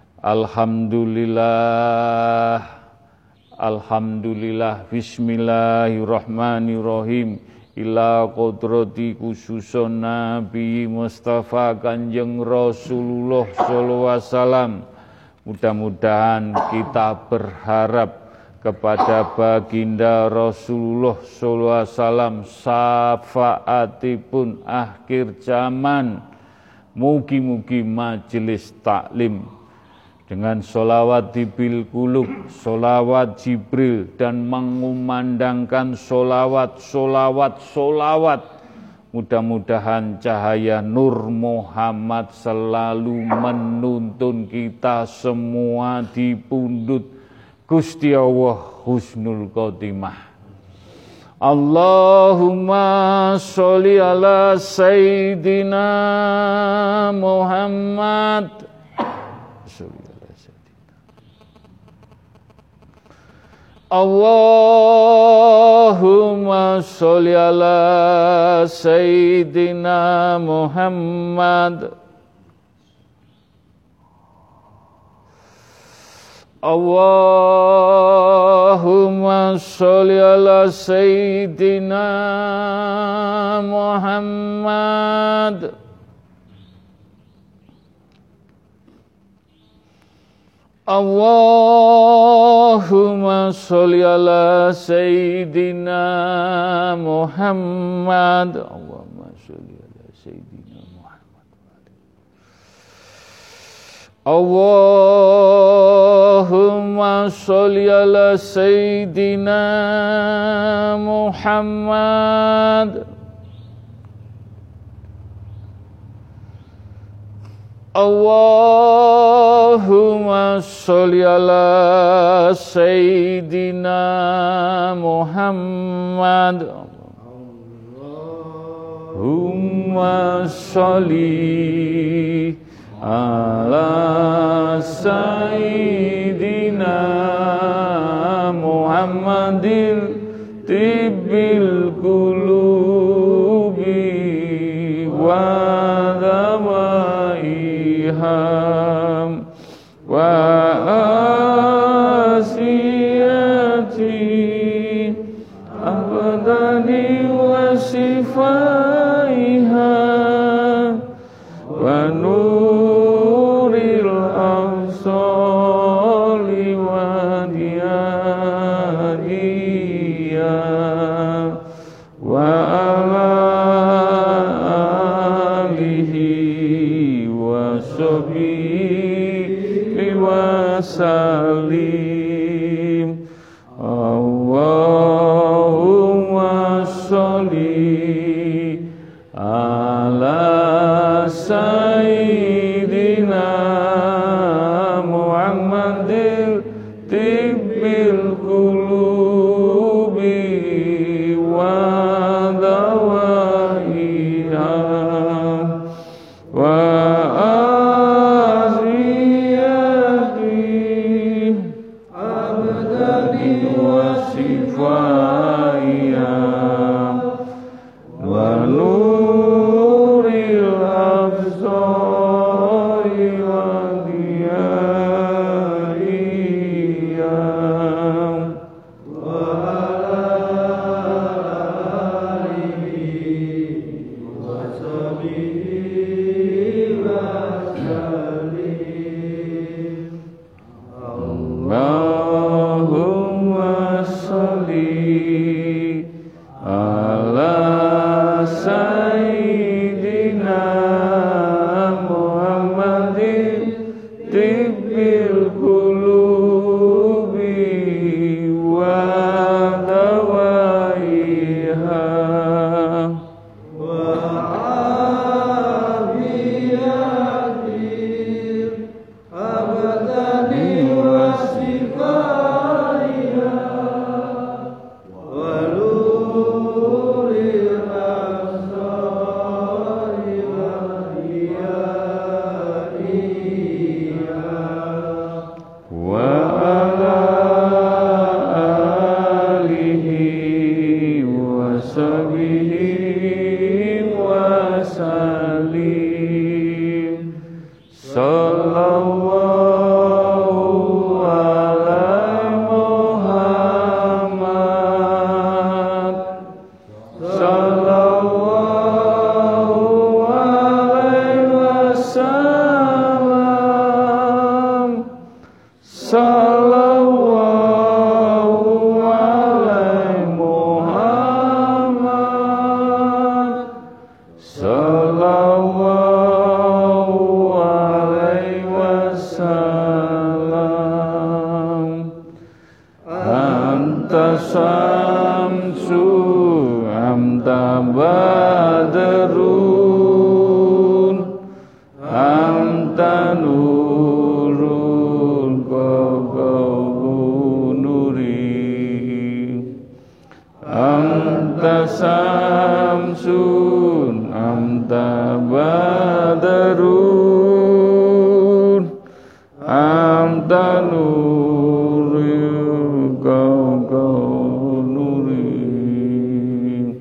Alhamdulillah, Alhamdulillah, bismillahirrahmanirrahim. Ila qudrati khususun Nabi Mustafa Kanjeng Rasulullah sallallahu alaihi wasallam. Mudah-mudahan kita berharap kepada baginda Rasulullah sallallahu alaihi wasallam syafaatipun akhir zaman. Mugi-mugi majelis taklim dengan sholawat dibil kulub, sholawat Jibril, dan mengumandangkan sholawat, sholawat, sholawat. Mudah-mudahan cahaya Nur Muhammad selalu menuntun kita semua di pundut Gusti Allah husnul khotimah. Allahumma sholli ala Sayyidina Muhammad. Allahumma sholli ala Sayyidina Muhammad. Allahumma sholli ala Sayyidina Muhammad. Allahumma sholli ala Sayyidina Muhammad. Allahumma sholli ala Sayyidina Muhammad. Allahumma sholli ala Sayyidina Muhammad. Allahumma sholli ala Sayyidina Muhammad. Allahumma sholli ala Sayyidina Muhammadin tibbil qulubi wa Ham wa asiyati abad wa nuril awsali wa diyadiyah wa ala alihi wa sahbihi wa salim. Allahumma sholli ala sayyidina Muhammadil tibbil qulubi wa dawaiha wa azriyati abdani wa sifaiha wa nuril absari wa diyadiyah wa alihi wa sahbihi wa salim. Allahumma sholli ala sayyidina Muhammadin tibbil qulubi wa dawaiha wa abiyati abadani wa sifaiha wa nuril absari wa diyadiyah wa ala alihi wa sahbihi wa salim. Sallallahu ala Muhammad, sallallahu alaihi wasallam, sallallahu alaihi Muhammad, sallallahu alaihi wasallam. Anta samsu anta badrun anta nurun kau nuri anta samsun anta badrun anta nurun kau nuri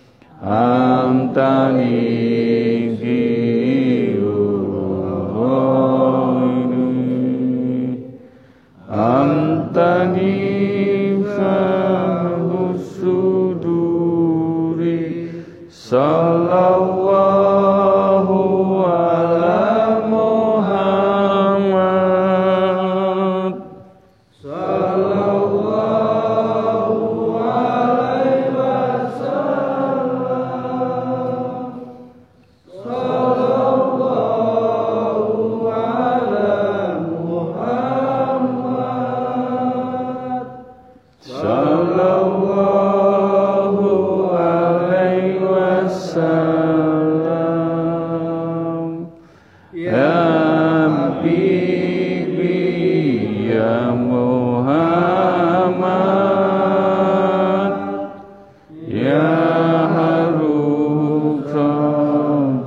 anta Antani suduri sallallahu ala Muhammad, sallallahu alaihi wasallam, sallallahu ala Muhammad, sallallahu alaihi wasallam. Ya Habibi ya Muhammad, ya Harufan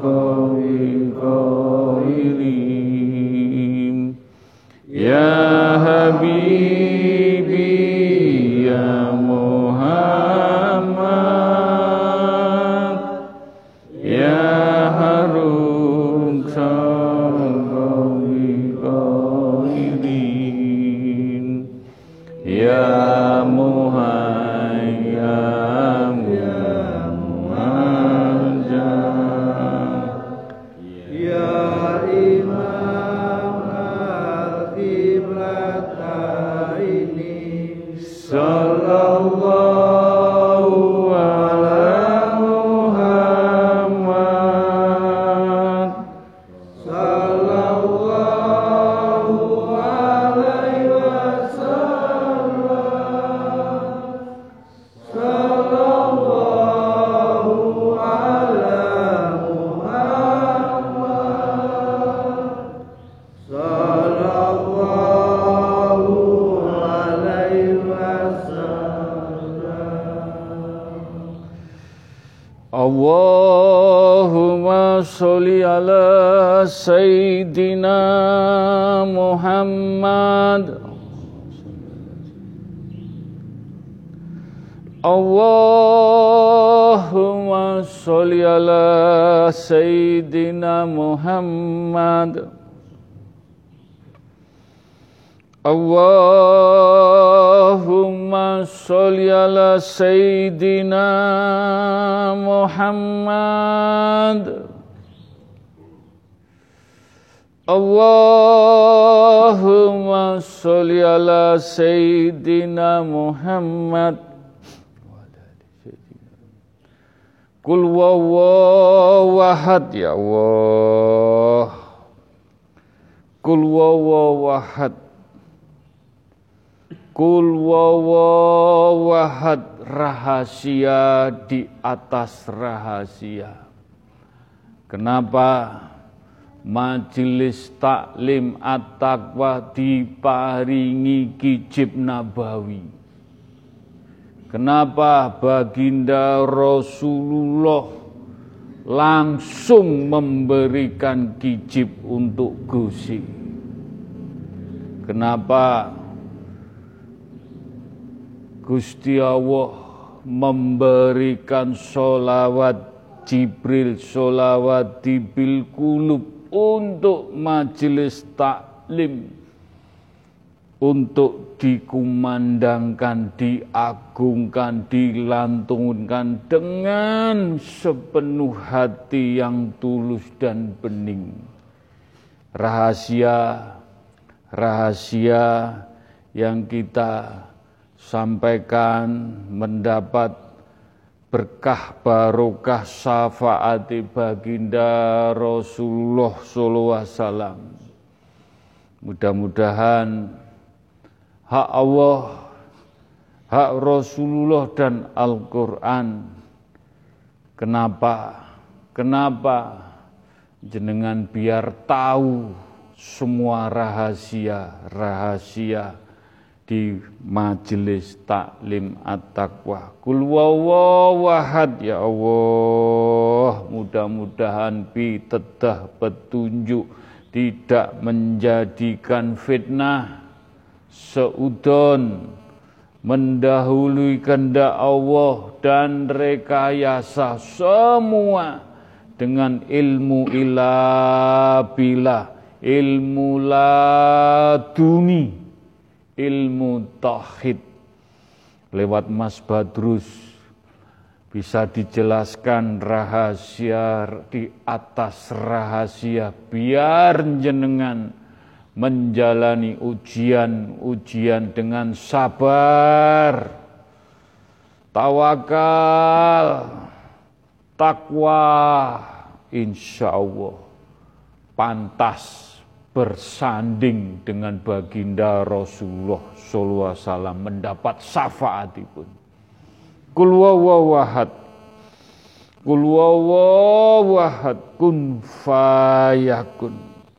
Qailim, ya Habibi ya Muhammad, ya Harufan Sayyidina Muhammad. Allahumma sholli ala Sayyidina Muhammad. Allahumma sholli ala Sayyidina Muhammad. Allahumma sholli ala Sayyidina Muhammad. Qul huwallahu ahad ya Allah. Qul huwallahu ahad. Qul huwallahu ahad, rahasia di atas rahasia. Kenapa Majelis Taklim At-Taqwa diparingi kijib nabawi? Kenapa baginda Rasulullah langsung memberikan kijib untuk Gusi? Kenapa Gusti Allah memberikan sholawat Jibril, sholawat Tibil Qulub untuk majelis taklim, untuk dikumandangkan, diagungkan, dilantunkan dengan sepenuh hati yang tulus dan bening. Rahasia, rahasia yang kita sampaikan mendapat berkah barokah syafaati baginda Rasulullah sallallahu alaihi wasallam. Mudah-mudahan hak Allah, hak Rasulullah dan Al-Quran. Kenapa? Kenapa? Jenengan biar tahu semua rahasia-rahasia di majelis taklim At-Taqwa. Qul huwallahu ahad ya Allah. Mudah-mudahan pitedah petunjuk tidak menjadikan fitnah seudon mendahului kehendak Allah dan rekayasa semua dengan ilmu ilabila, ilmu laduni, ilmu tauhid. Lewat Mas Badrus bisa dijelaskan rahasia di atas rahasia, biar jenengan menjalani ujian-ujian dengan sabar, tawakal, takwa, insya Allah pantas bersanding dengan baginda Rasulullah sallallahu alaihi wasallam, mendapat syafaatipun. Qul huwallahu ahad, qul huwallahu ahad, kun fayakun.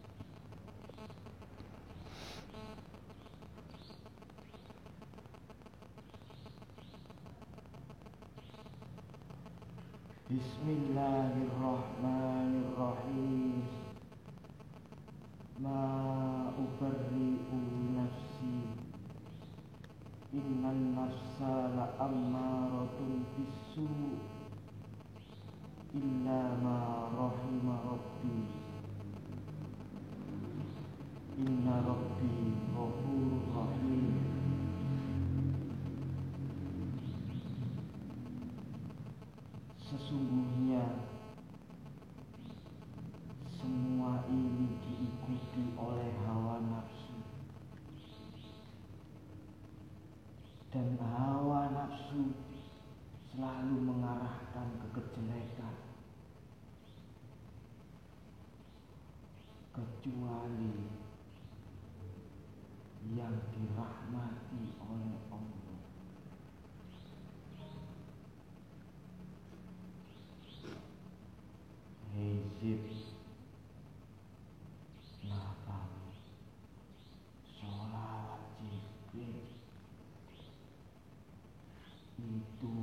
Bismillahirrahmanirrahim. Ma ubarri'u nafsi, innan nafsa la'ammaratun bisu' illa ma rahima rabbi, inna rabbi ghafurur rahim. Sesungguhnya semua ini diikuti oleh hawa nafsu, dan hawa nafsu selalu mengarahkan ke kejelekan, kecuali yang dirahmati oleh Allah. Hizib nabawi, sholawat Jibril itu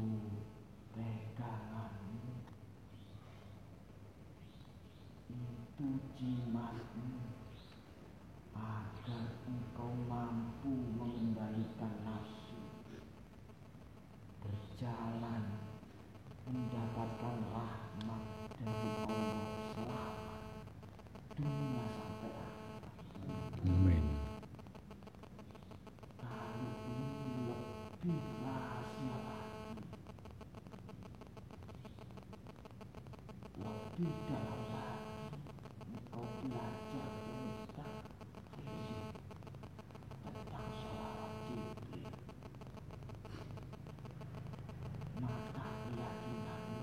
peganganmu, itu imanmu, agar engkau mampu mengendalikan nafsu, berjalan mendapatkan rahmat dari Allah selama dunia sampai akhir. Amin. Kalau ini lebih rahasia lagi, lebih dalam lagi, engkau belajar tentang fisik, tentang sholawat Jibril, maka keyakinanmu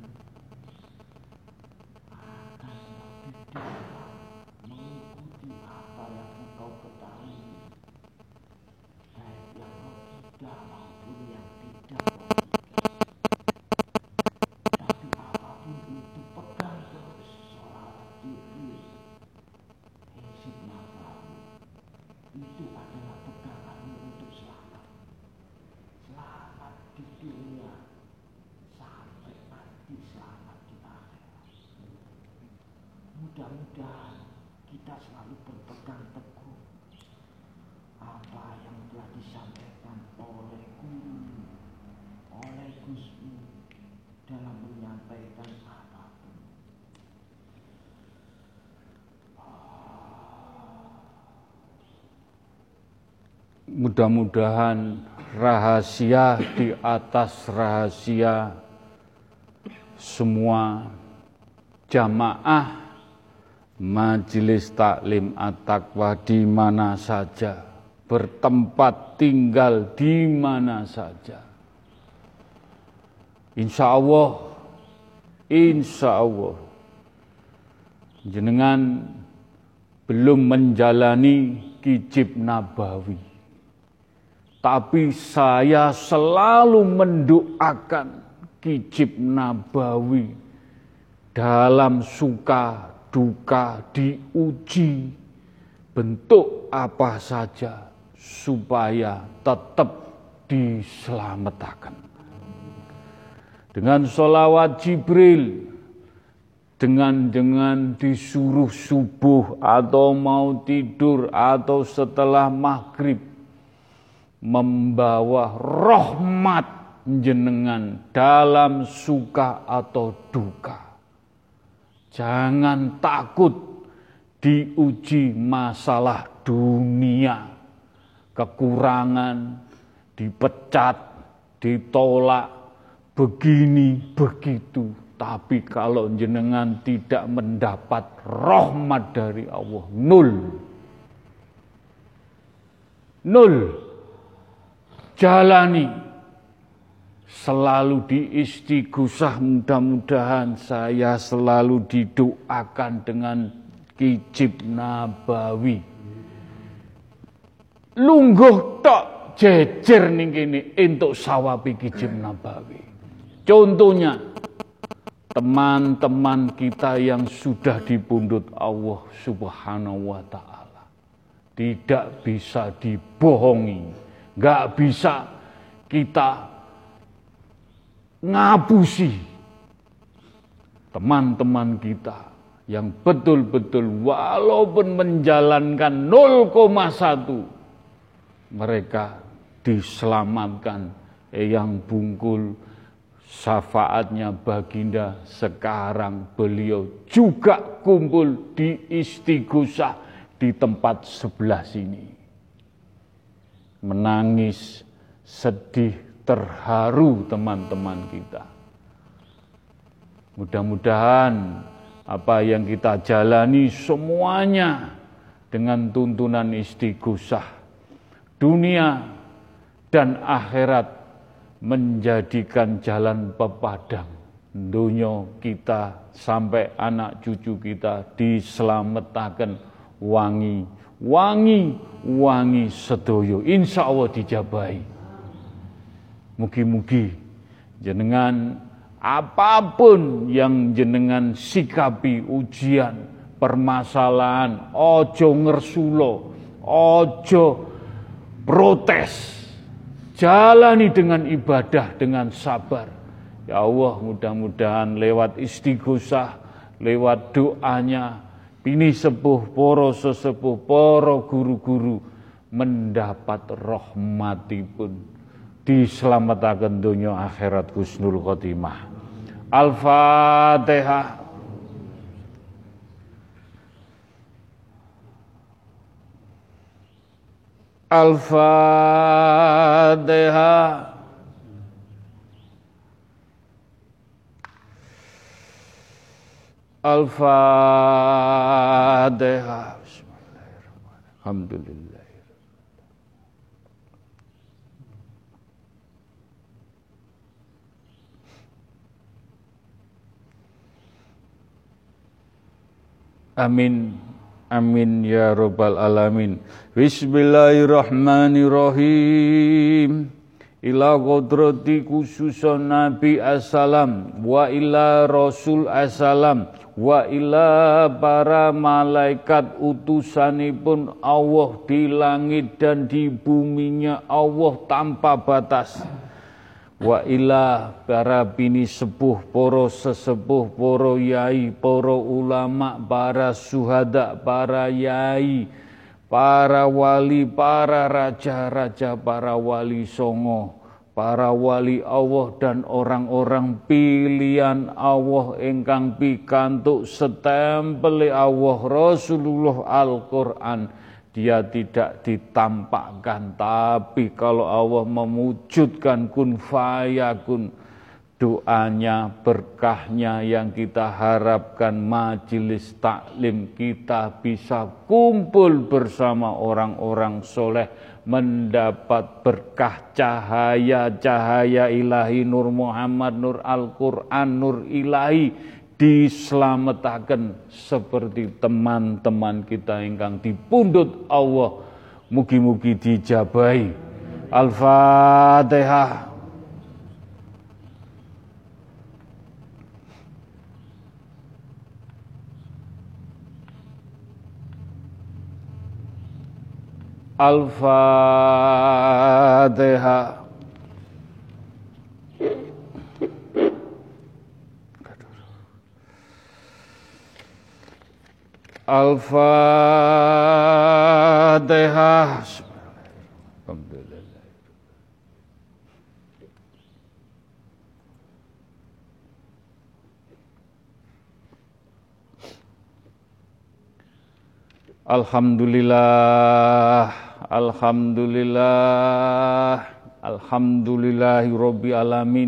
akan lebih dalam mengikuti apa yang engkau ketahui, baik yang logika maupun yang tidak logika. Tapi apapun itu, pegang terus sholawat Jibril, hizib nabawi. Itu adalah peganganmu untuk selamat. Selamat di dunia sampai nanti selamat di akhirat. Mudah-mudahan kita selalu berpegang teguh apa yang telah disampaikan oleh guru, oleh Gusmu dalam menyampaikan apapun. Mudah-mudahan rahasia di atas rahasia semua jamaah Majelis Taklim At-Taqwa di mana saja, bertempat tinggal di mana saja. Insya Allah, insya Allah, jenengan belum menjalani kijib nabawi, tapi saya selalu mendoakan kijib nabawi dalam suka duka diuji bentuk apa saja supaya tetap diselamatkan. Dengan sholawat Jibril, dengan dengan disuruh subuh atau mau tidur atau setelah maghrib, membawa rahmat jenengan dalam suka atau duka. Jangan takut diuji masalah dunia, kekurangan, dipecat, ditolak, begini begitu. Tapi kalau jenengan tidak mendapat rahmat dari Allah, nol. Nol. Jalani. Selalu diistighosah, mudah-mudahan saya selalu didoakan dengan kijib nabawi. Lungguh tok jejer ning kene entuk sawabe kijib nabawi. Contohnya teman-teman kita yang sudah dipundhut Allah Subhanahu wa taala. Tidak bisa dibohongi, enggak bisa kita ngapusi teman-teman kita yang betul-betul walaupun menjalankan nol koma satu mereka diselamatkan. Eyang Bungkul syafaatnya baginda, sekarang beliau juga kumpul di istighosah di tempat sebelah sini, menangis, sedih, terharu teman-teman kita. Mudah-mudahan apa yang kita jalani semuanya dengan tuntunan istighosah, dunia dan akhirat menjadikan jalan pepadang. Dunia kita sampai anak cucu kita diselamatkan wangi, wangi, wangi sedoyo. Insya Allah dijabahi. Mugi-mugi jenengan apapun yang jenengan sikapi ujian, permasalahan, ojo ngersulo, ojo protes, jalani dengan ibadah, dengan sabar. Ya Allah, mudah-mudahan lewat istighosah, lewat doanya, bini sepuh, para sesepuh, para guru-guru mendapat rahmatipun, dislametaken donya akhirat husnul khotimah. Al-Fatihah. Al-Fatihah. Al-Fatihah. Bismillahirrahmanirrahim. Alhamdulillah. Amin. Amin ya rabbal alamin. Bismillahirrahmanirrahim. Ila qudrati khususan Nabi assalam wa ila Rasul assalam wa ila para malaikat utusanipun Allah di langit dan di buminya Allah tanpa batas. Wa ila para bini sepuh, para sesepuh, para yai, para ulama, para syuhada, para yai, para wali, para raja-raja, para wali songo, para wali Allah dan orang-orang pilihan Allah ingkang pikantuk setempel Allah Rasulullah Al-Qur'an. Dia tidak ditampakkan, tapi kalau Allah mewujudkan kun fayakun, doanya, berkahnya yang kita harapkan, majelis taklim kita bisa kumpul bersama orang-orang soleh, mendapat berkah cahaya-cahaya ilahi, Nur Muhammad, Nur Al-Quran, Nur ilahi, dislametaken seperti teman-teman kita ingkang dipundhut Allah, mugi-mugi dijabahi. Al-Fatihah. Al-Fatihah. Al-Fatihah. Alhamdulillah. Alhamdulillah. Alhamdulillah. Alhamdulillahi rabbil alamin.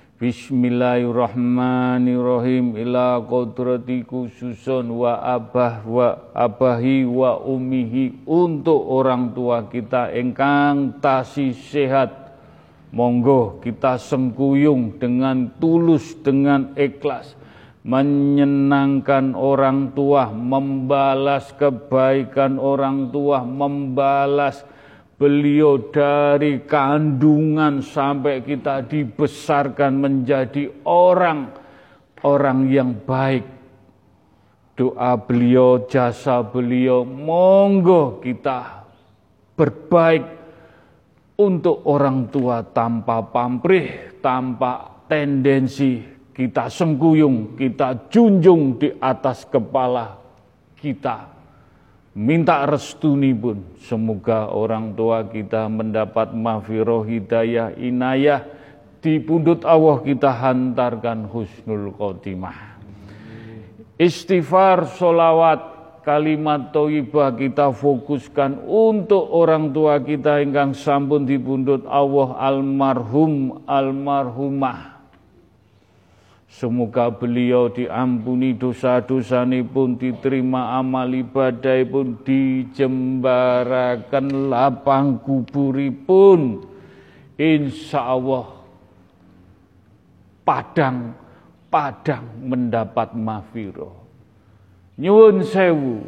Bismillahirrahmanirrahim. Ila qudrati khususun wa abah wa abahi wa umihi, untuk orang tua kita engkang tasih sehat. Monggo kita sengkuyung dengan tulus, dengan ikhlas, menyenangkan orang tua, membalas kebaikan orang tua, membalas beliau dari kandungan sampai kita dibesarkan menjadi orang orang yang baik. Doa beliau, jasa beliau, monggo kita berbaik untuk orang tua tanpa pamrih, tanpa tendensi. Kita sengkuyung, kita junjung di atas kepala kita. Minta restunipun, semoga orang tua kita mendapat maghfirah, hidayah, inayah, di pundut Allah kita hantarkan husnul khotimah. Istighfar, sholawat, kalimat thayyibah kita fokuskan untuk orang tua kita ingkang sampun di pundut Allah, almarhum, almarhumah. Semoga beliau diampuni dosa-dosanipun, diterima amal ibadahipun, dijembaraken lapang kuburipun. Insya Allah padang padang mendapat maghfirah. Nyuwun sewu,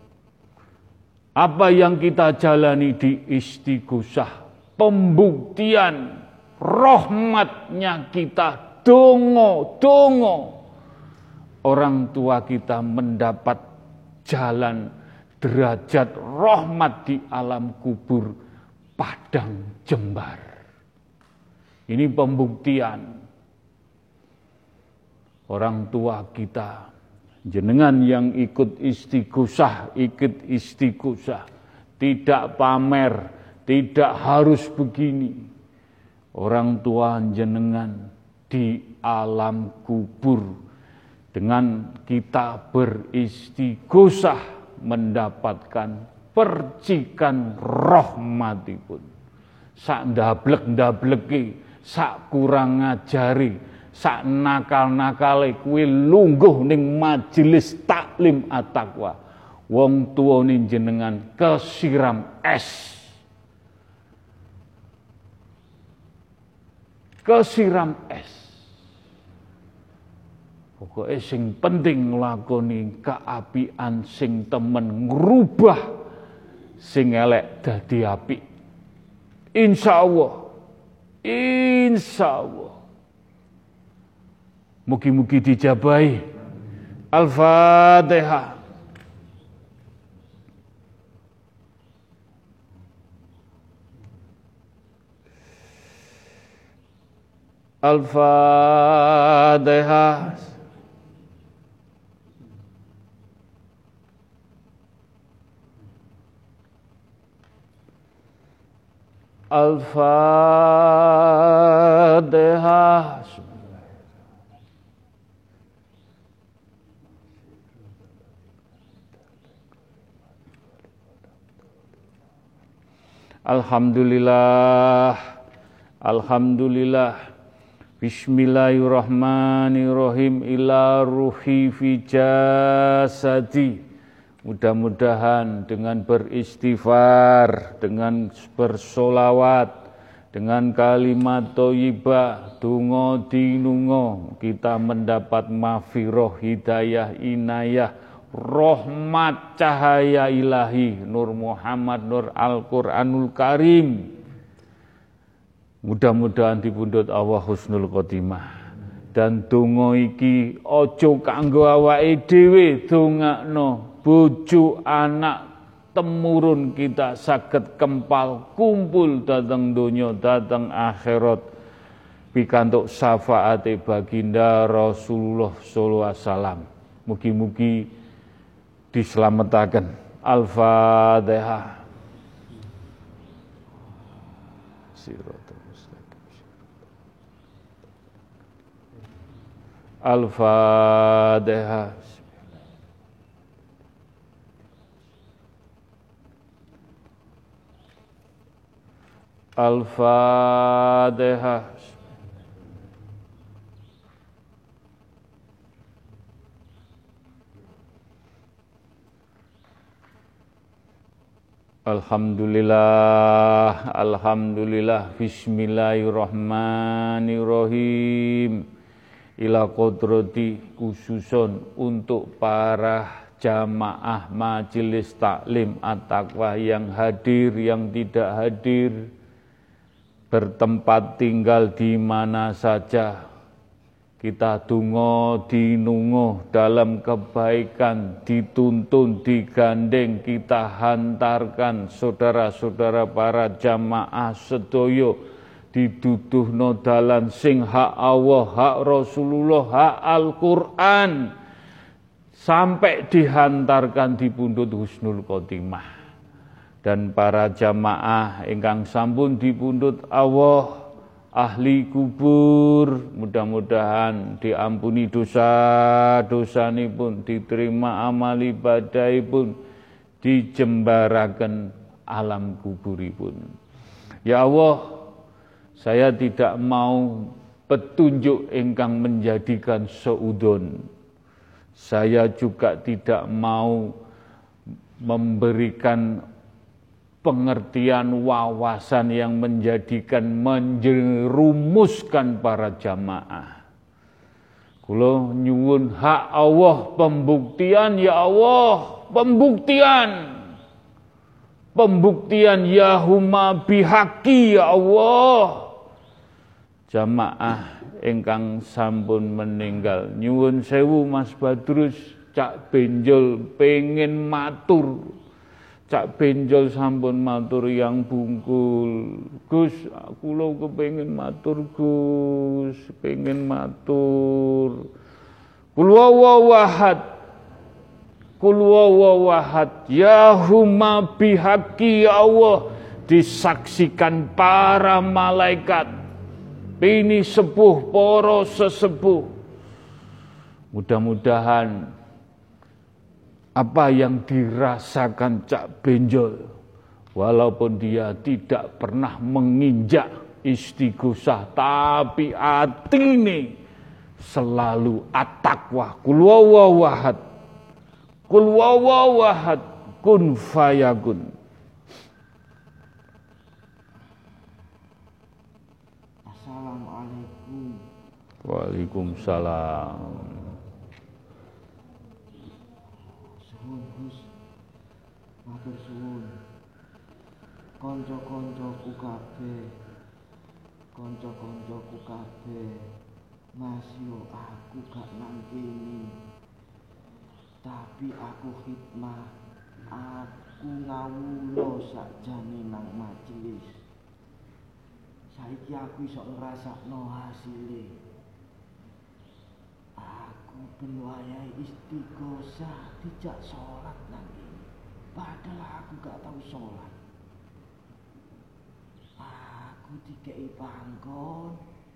apa yang kita jalani di istighosah, pembuktian rahmatnya kita. Dongo, dongo, orang tua kita mendapat jalan derajat rahmat di alam kubur padang jembar. Ini pembuktian orang tua kita Jenengan yang ikut istighosah, ikut istighosah, tidak pamer, tidak harus begini. Orang tua jenengan di alam kubur dengan kita beristighosah mendapatkan percikan rahmatipun. Sak ndablek-ndableki, sak kurang ngajari, sak nakal-nakale kuwi lungguh ning majelis taklim at-taqwa. Wong tuwane jenengan kesiram es. Kesiram es. Pokoke sing penting nglakoni kaapian sing temen ngrubah sing elek dadi apik. Insyaallah. Insyaallah. Mugi-mugi dijabahi. Al-Fatihah. Al-Fatihah. Al-Fatihah. Alhamdulillah. Alhamdulillah. Bismillahirrahmanirrahim. Ila ruhi fi jasadi. Mudah-mudahan dengan beristighfar, dengan bersolawat, dengan kalimat thayyibah, donga dinunga, kita mendapat maghfirah, hidayah, inayah, rahmat, cahaya ilahi, Nur Muhammad, Nur Al-Quranul Karim. Mudah-mudahan dipundhut Allah husnul khotimah. Dan donga iki aja kanggo awake dhewe, dongakno bojo anak temurun kita saged kempal kumpul dateng donya dateng akhirat pikantuk syafaate baginda Rasulullah sallallahu alaihi wasallam. Mugi-mugi dislametaken. Al-Fatihah. Siratal mustaqim. Al-Fatihah. Al-Fatihah. Alhamdulillah, alhamdulillah, bismillahirrahmanirrahim. Ila kodrati khususon untuk para jamaah majelis taklim at-taqwa yang hadir, yang tidak hadir, bertempat tinggal di mana saja. Kita donga dinunga dalam kebaikan, dituntun, digandeng, kita hantarkan saudara-saudara para jamaah sedaya diduduhno dalan sing hak Allah, hak Rasulullah, hak Al-Qur'an sampai dihantarkan di pundhut husnul khotimah. Dan para jamaah ingkang sampun dipundhut Allah, ahli kubur, mudah-mudahan diampuni dosa-dosanipun, diterima amal ibadahipun, dijembaraken alam kuburipun. Ya Allah, saya tidak mau petunjuk ingkang menjadikan seudon. Saya juga tidak mau memberikan pengertian wawasan yang menjadikan menjerumuskan para jamaah. Kula nyuwun hak Allah pembuktian, ya Allah, pembuktian. Pembuktian ya huma bihaqi, ya Allah. Jamaah ingkang sampun meninggal, nyuwun sewu Mas Badrus, Cak Benjol pengen matur. Cak Benjol sampun matur yang bungkul. Gus, kula kepengin matur Gus, pengen matur. Kul huwallahu ahad, Qul huwallahu ahad, ya huma bihaqi, ya Allah, disaksikan para malaikat, pini sepuh, poro sesepuh. Mudah-mudahan apa yang dirasakan Cak Benjol, walaupun dia tidak pernah menginjak istighosah, tapi hati ini selalu at-taqwa. Qul huwallahu ahad, qul huwallahu ahad, kun fayakun. Assalamualaikum. Waalaikumsalam. Suwun Gus, matur suwun. Kanca-kancaku kabeh, kanca-kancaku kabeh, masih aku gak nang kene. Tapi aku khidmah, aku ngawula sakjane nang majelis. Saiki aku iso ngrasakno hasile. Aku ben wayahe istighosah dijak salat nang kene. Padahal aku gak tau salat. Aku dikei panggon,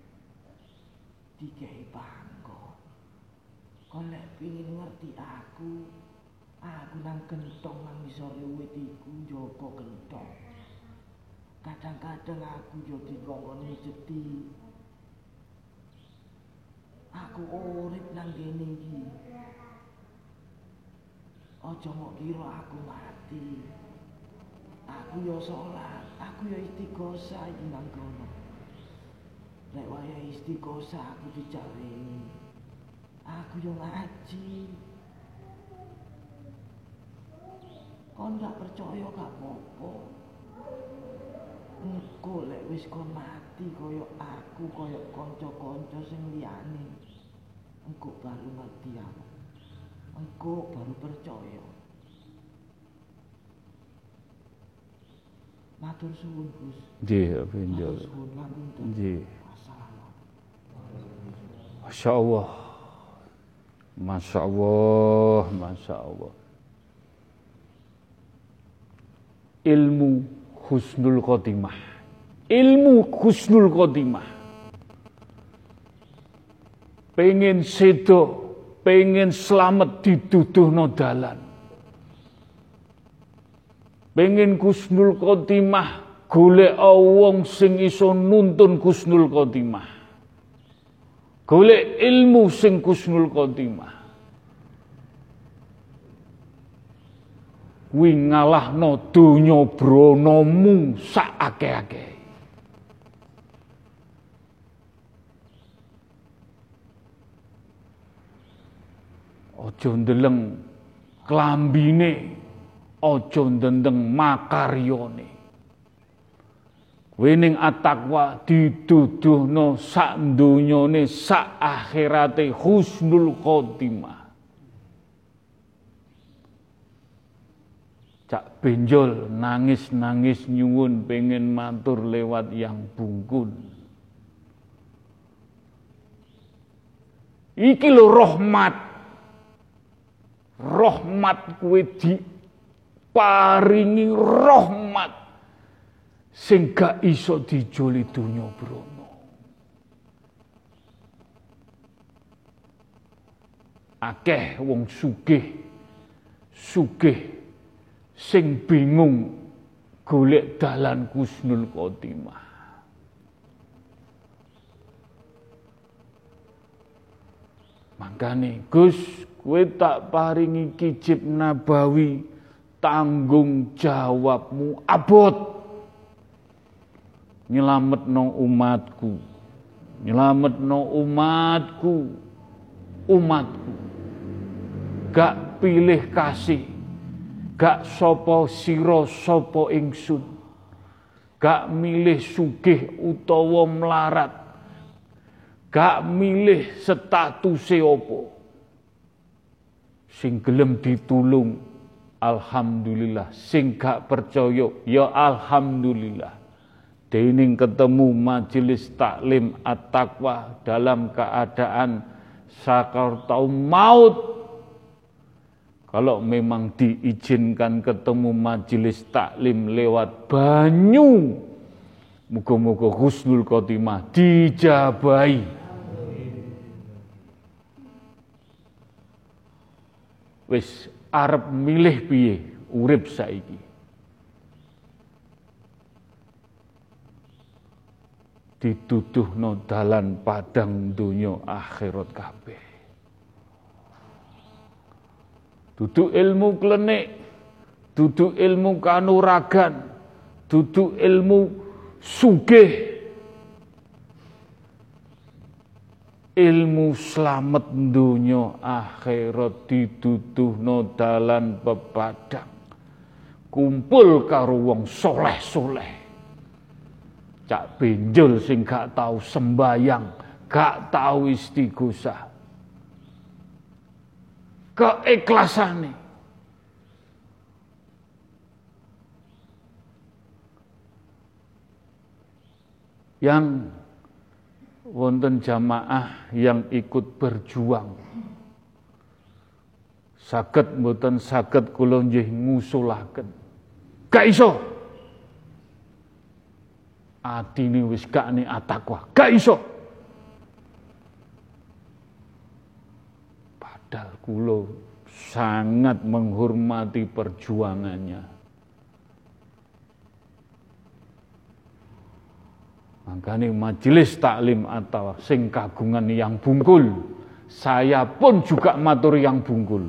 dikei panggon. Kon lek pengin ngerti aku, aku nang kentong nang ngisore wit iku njogo kentong. Kadang-kadang aku yo dikongkon jeti. Aku urip nang kene iki. Aja mok kira aku mati. Aku yo salat, aku yo istighosah iki nang kono. Lek wayahe istighosah aku dijareni. Aku yo ngaji. Kon gak percaya gak apa-apa. Engko lek wis kon mati kaya aku, kaya kanca-kanca sing liyane. Engko baru ngerti aku. Engko baru percaya. Matur suwun Gus. Nggih, Benjol. Matur suwun ngapunten. Nggih. Assalamualaikum. Masya Allah, Masya Allah, Masya Allah. Ilmu husnul khotimah, ilmu husnul khotimah. Pengen sedo, pengen selamat dituduhno dalan. Pengen husnul khotimah, golek wong sing iso nuntun husnul khotimah. Golek ilmu sing husnul khotimah. Kuwi ngalahno donya branamu sak akeh-akeh. Aja ndeleng klambine, aja ndendeng makaryane. Kowe ning at-taqwa dituduhno sak donyane sak akhirate husnul khotimah. Cak Benjol nangis-nangis nyuwun pengen matur lewat yang bungkun. Iki lho rahmat. Rahmat kuwi diparingi rahmat sing gak iso dijoli donya brana. Akeh wong sugih, sugih sing bingung golek dalan husnul khotimah. Makane Gus, kowe tak paringi kijib nabawi, tanggung jawabmu abot. Nyelametno umatku, nyelametno umatku, umatku. Gak pilih kasih. Gak sopo siro sopo ingsun, gak milih sugih utawa melarat, gak milih statuse opo. Sing gelem ditulung, alhamdulillah. Sing gak percaya, ya alhamdulillah. Dening ketemu majelis taklim at-taqwa dalam keadaan sakaratul maut. Kalau memang diizinkan ketemu majelis taklim lewat banyu, muga-muga husnul khotimah dijabahi. Wis arep milih piye urip saiki. Dituduhno dalan padang donya akhirat kabeh. Dudu ilmu klenik, dudu ilmu kanuragan, dudu ilmu sugih, ilmu slamet donya akhirat dituduhno dalan pepadang. Kumpul karo wong soleh-soleh. Cak benjol sing gak tau sembayang, gak tau istighosah. Keiklasane. Yang wonten jamaah yang ikut berjuang. Saged mboten saged kula nggih ngusulaken. Gak iso. Atine wis gak nek atakwa. Gak iso. Padahal kula sangat menghormati perjuangannya. Makanya majelis taklim atau sing kagungan yang bungkul, saya pun juga matur yang bungkul.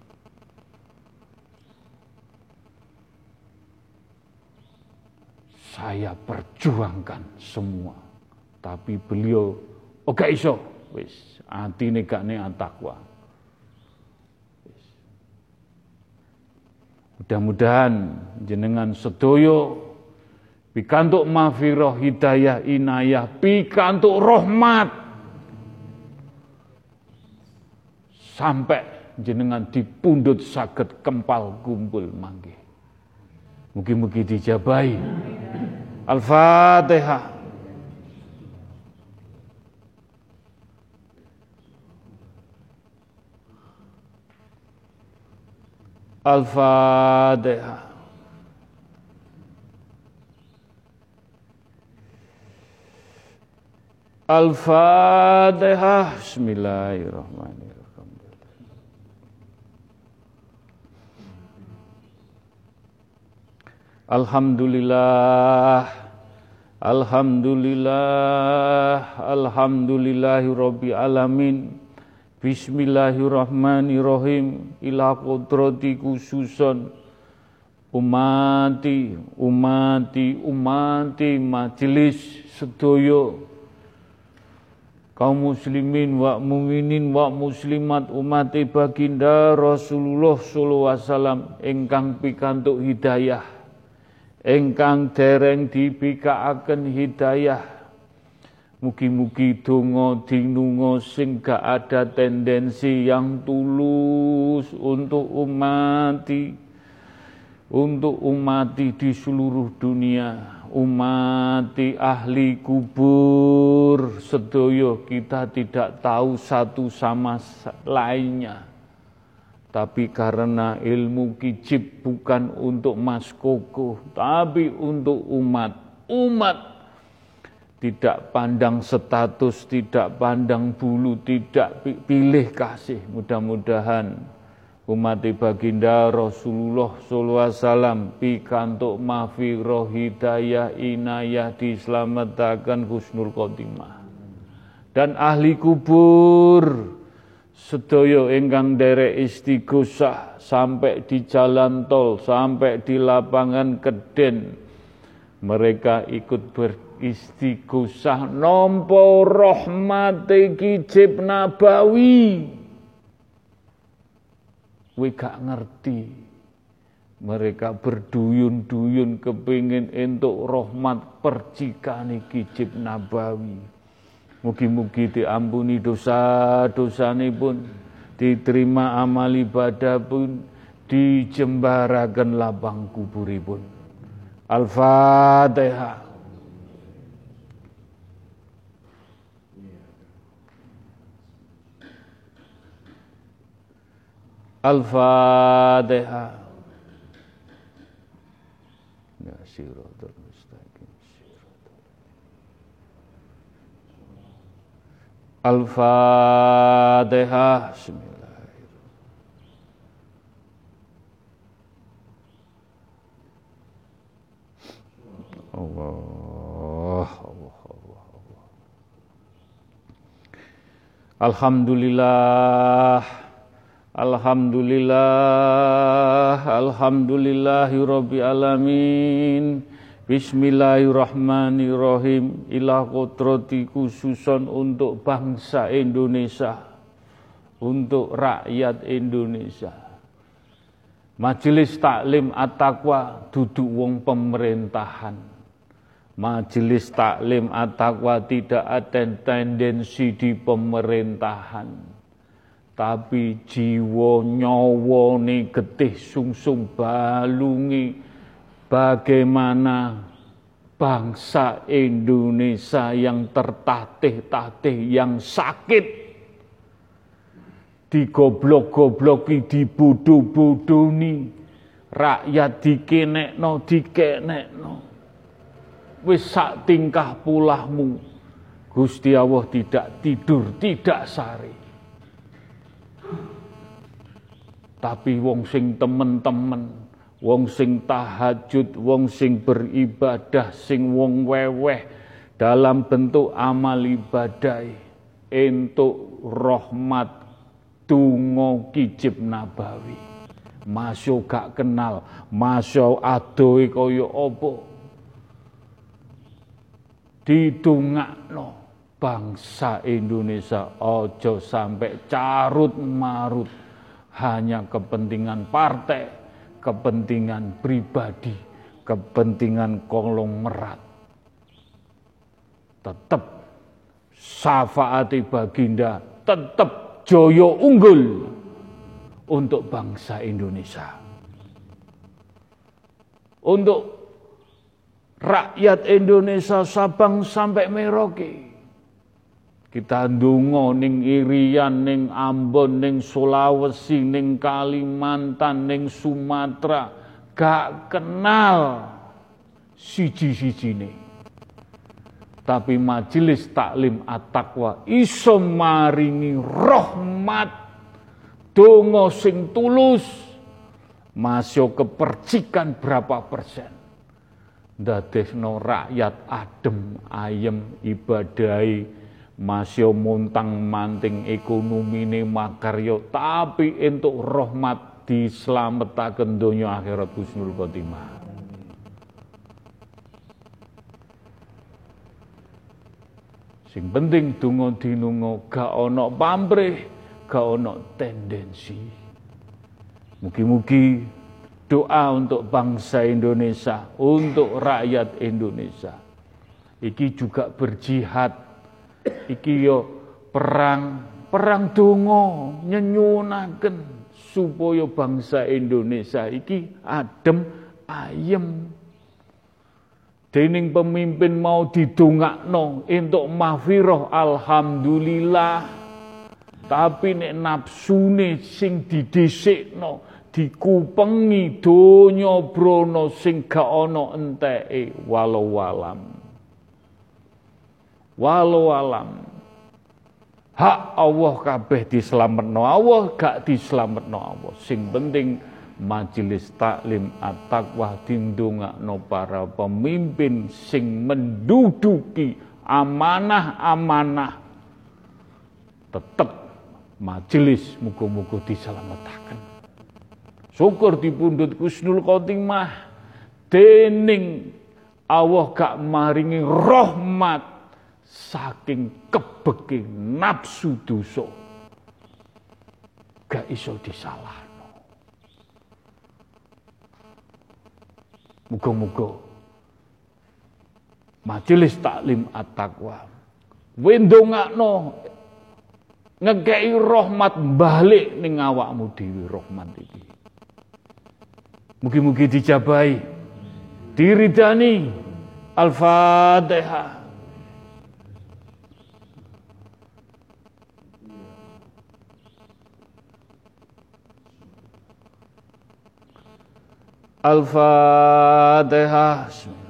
Saya perjuangkan semua, tapi beliau oh gak iso, wis atine gak nek takwa. Mudah-mudahan jenengan sedaya pikantuk maghfirah hidayah inayah, pikantuk rahmat sampai jenengan dipundhut saged kempal kumpul mangke. Mugi-mugi dijabahi. Al-Fatihah. Al-Fatihah. Al-Fatihah. Bismillahirrahmanirrahim. Alhamdulillah. Alhamdulillah. Alhamdulillahirabbil alamin. Bismillahirrahmanirrahim. Ila qudrati khususon umati umati umati majelis sedaya kaum muslimin wa mukminin wa muslimat umat baginda Rasulullah sallallahu alaihi wasallam ingkang pikantuk hidayah, ingkang dereng dibikaaken hidayah. Mugi-mugi donga dinunga sing gak ada tendensi yang tulus untuk umati, untuk umati di seluruh dunia, umati ahli kubur sedoyo. Kita tidak tahu satu sama lainnya, tapi karena ilmu kijib bukan untuk Mas Koko, tapi untuk umat. Umat tidak pandang status, tidak pandang bulu, tidak pilih kasih. Mudah-mudahan umat baginda Rasulullah sallallahu alaihi wasallam pikantuk maghfirah hidayah inayah dislametaken husnul khotimah. Dan ahli kubur sedaya ingkang derek istighosah sampai di jalan tol, sampai di lapangan Keden, mereka ikut beristighosah nampa rahmate kijib nabawi. Kowe gak ngerti, mereka berduyun-duyun kepingin entuk rahmat percikane kijib nabawi. Mugi-mugi diampuni dosa-dosanipun, diterima amal ibadah pun, dijembaraken lapang kuburipun. Al-Fatihah. Al-Fatihah. Ya siratal mustaqim. Al-Fatihah. Bismillahirrahmanirrahim. Allah, Allah, Allah, Allah. Alhamdulillah. Alhamdulillah, alhamdulillahirabbil alamin. Bismillahirrahmanirrahim. Ilah kodrati khususon untuk bangsa Indonesia, untuk rakyat Indonesia. Majelis Taklim At-Taqwa duduk wong pemerintahan. Majelis Taklim At-Taqwa tidak ada tendensi di pemerintahan. Tapi jiwa nyawa ni getih sungsung balungi bagaimana bangsa Indonesia yang tertatih-tatih, yang sakit, digoblok-gobloki, dibodoh-bodoni, rakyat dikenekno, dikenekno. Wis sak tingkah pulahmu, Gusti Allah tidak tidur, tidak sari. Tapi wong sing temen-temen, wong sing tahajud, wong sing beribadah, sing wong weweh dalam bentuk amal ibadah, entuk rahmat donga kijib nabawi. Masya gak kenal, masya adohe kaya apa. Didongakno bangsa Indonesia aja sampai carut marut. Hanya kepentingan partai, kepentingan pribadi, kepentingan konglomerat. Tetap syafaati baginda, tetap joyo unggul untuk bangsa Indonesia. Untuk rakyat Indonesia Sabang sampai Merauke. Kita ndonga ning Irian, ning Ambon, ning Sulawesi, ning Kalimantan, ning Sumatera, gak kenal siji-sijine. Tapi Majelis Taklim At-Taqwa iso maringi rahmat donga sing tulus, masya kepercikan berapa persen. Dadekno rakyat adem ayem ibadahi, masya montang manting ekonomine makarya, tapi entuk rahmat dislametaken donya akhirat husnul khotimah. Sing penting donga dinunga gak ana pamrih, gak ana tendensi. Mugi-mugi doa untuk bangsa Indonesia, untuk rakyat Indonesia. Iki juga berjihad. Iki yo perang, perang donga nyenyunaken supaya bangsa Indonesia iki adem ayem. Dening pemimpin mau didongakno entuk mahfirah, alhamdulillah. Tapi nek nafsune sing didhisikno, dikupengi donya brana sing gak ana enteke, walau alam. Walau alam, hak Allah kabeh dislametno Allah, gak dislametno Allah. Sing penting Majelis Taklim At-Taqwa dindongakno para pemimpin sing menduduki amanah-amanah. Tetep majelis muga-muga dislametaken. Syukur dipundhut husnul khotimah dening Allah gak maringi rahmat saking kebeki nafsu dosa, gak iso disalahno. Muga-muga Majelis Taklim At-Taqwa wendongakno ngekei rahmat balik ning awakmu dhewe, rahmat iki. Mugi-mugi dijabahi, diridani. Al-Fatihah. Al-Fatihah.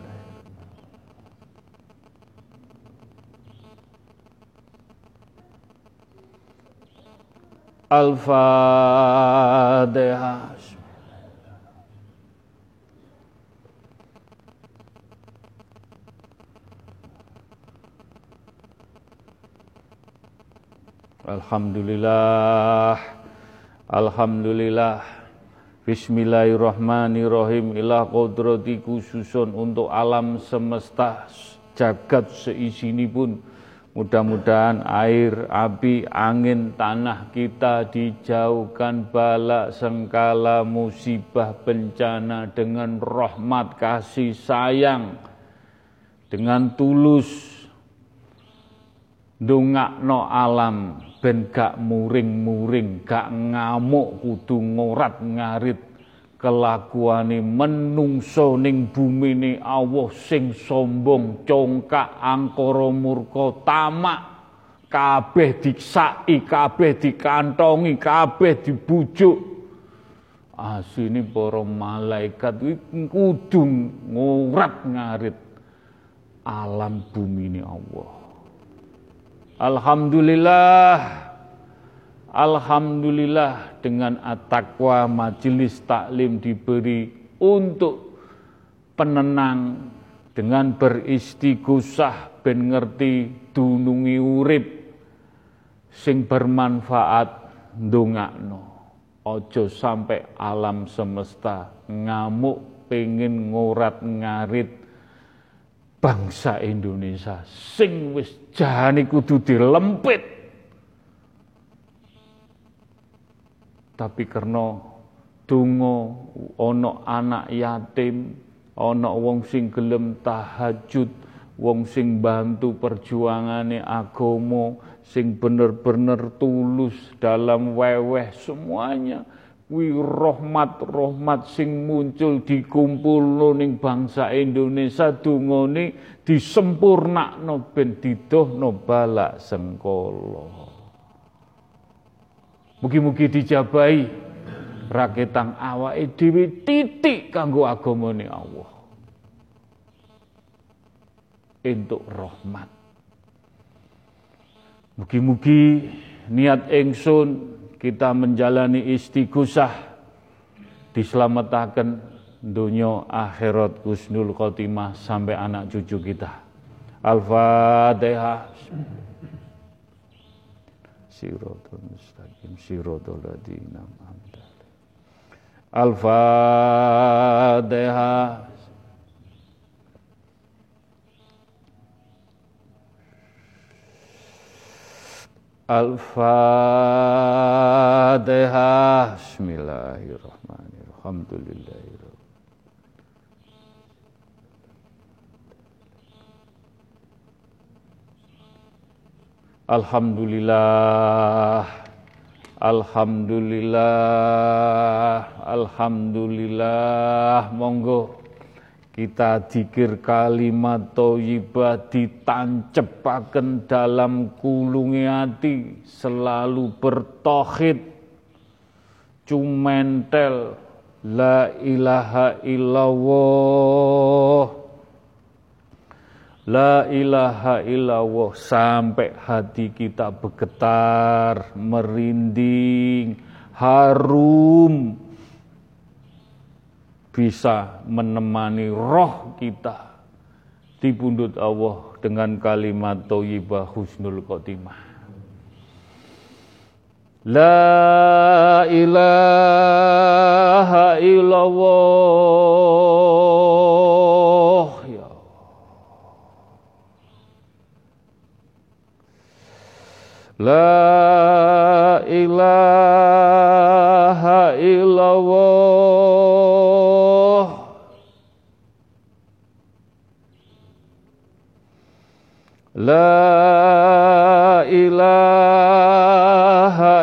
Al-Fatihah. Alhamdulillah, Alhamdulillah, Bismillahirrahmanirrahim. Ila kodrati khususun untuk alam semesta jagat seisini pun. Mudah-mudahan air, api, angin, tanah kita dijauhkan bala, sengkala, musibah, bencana dengan rahmat, kasih, sayang, dengan tulus ndongakno alam ben gak muring-muring, gak ngamuk, kudu ngorat ngarit kelakuane menungso ning bumine Allah sing sombong, congkak, angkara murka, tamak, kabeh diksaki, kabeh dikantongi, kabeh dibujuk. Asline para malaikat kudu ngorat ngarit alam bumine Allah. Alhamdulillah, Alhamdulillah dengan at-taqwa majelis taklim diberi untuk penenang dengan beristighosah ben ngerti dunungi urip sing bermanfaat ndongakno. Ojo sampai alam semesta ngamuk pengen ngorat ngarit bangsa Indonesia sing wis jane kudu dilempit, tapi karena donga ana anak yatim, ana wong sing gelem tahajud, wong sing bantu perjuangane agama, sing bener-bener tulus dalam weweh semuanya. Wi rahmat-rahmat sing muncul dikumpulno ning bangsa Indonesia, dungane disempurnakno ben didohno balak sengkala. Mugi-mugi dijabahi raketang awake dhewe titik kanggo agamane Allah. Entuk rahmat. Mugi-mugi niat ingsun kita menjalani istighosah diselamatkan dunia akhirat husnul khotimah sampai anak cucu kita. Al-Fatihah. Siratal mustaqim siratal ladzina an'amta alaihim. Al-Fatihah. Al-Fatihah. Bismillahirrahmanirrahim. Alhamdulillahirrahmanirrahim. Alhamdulillah. Alhamdulillah. Alhamdulillah. Monggo kita dzikir kalimat thayyibah ditancepaken dalam kulunge ati, selalu bertauhid, cumentel la ilaha illallah, la ilaha illallah sampai hati kita bergetar, merinding, harum, bisa menemani roh kita di pundut Allah dengan kalimat thayyibah husnul khotimah. La ilaha illallah, ya Allah. La ilaha illallah, la ilaha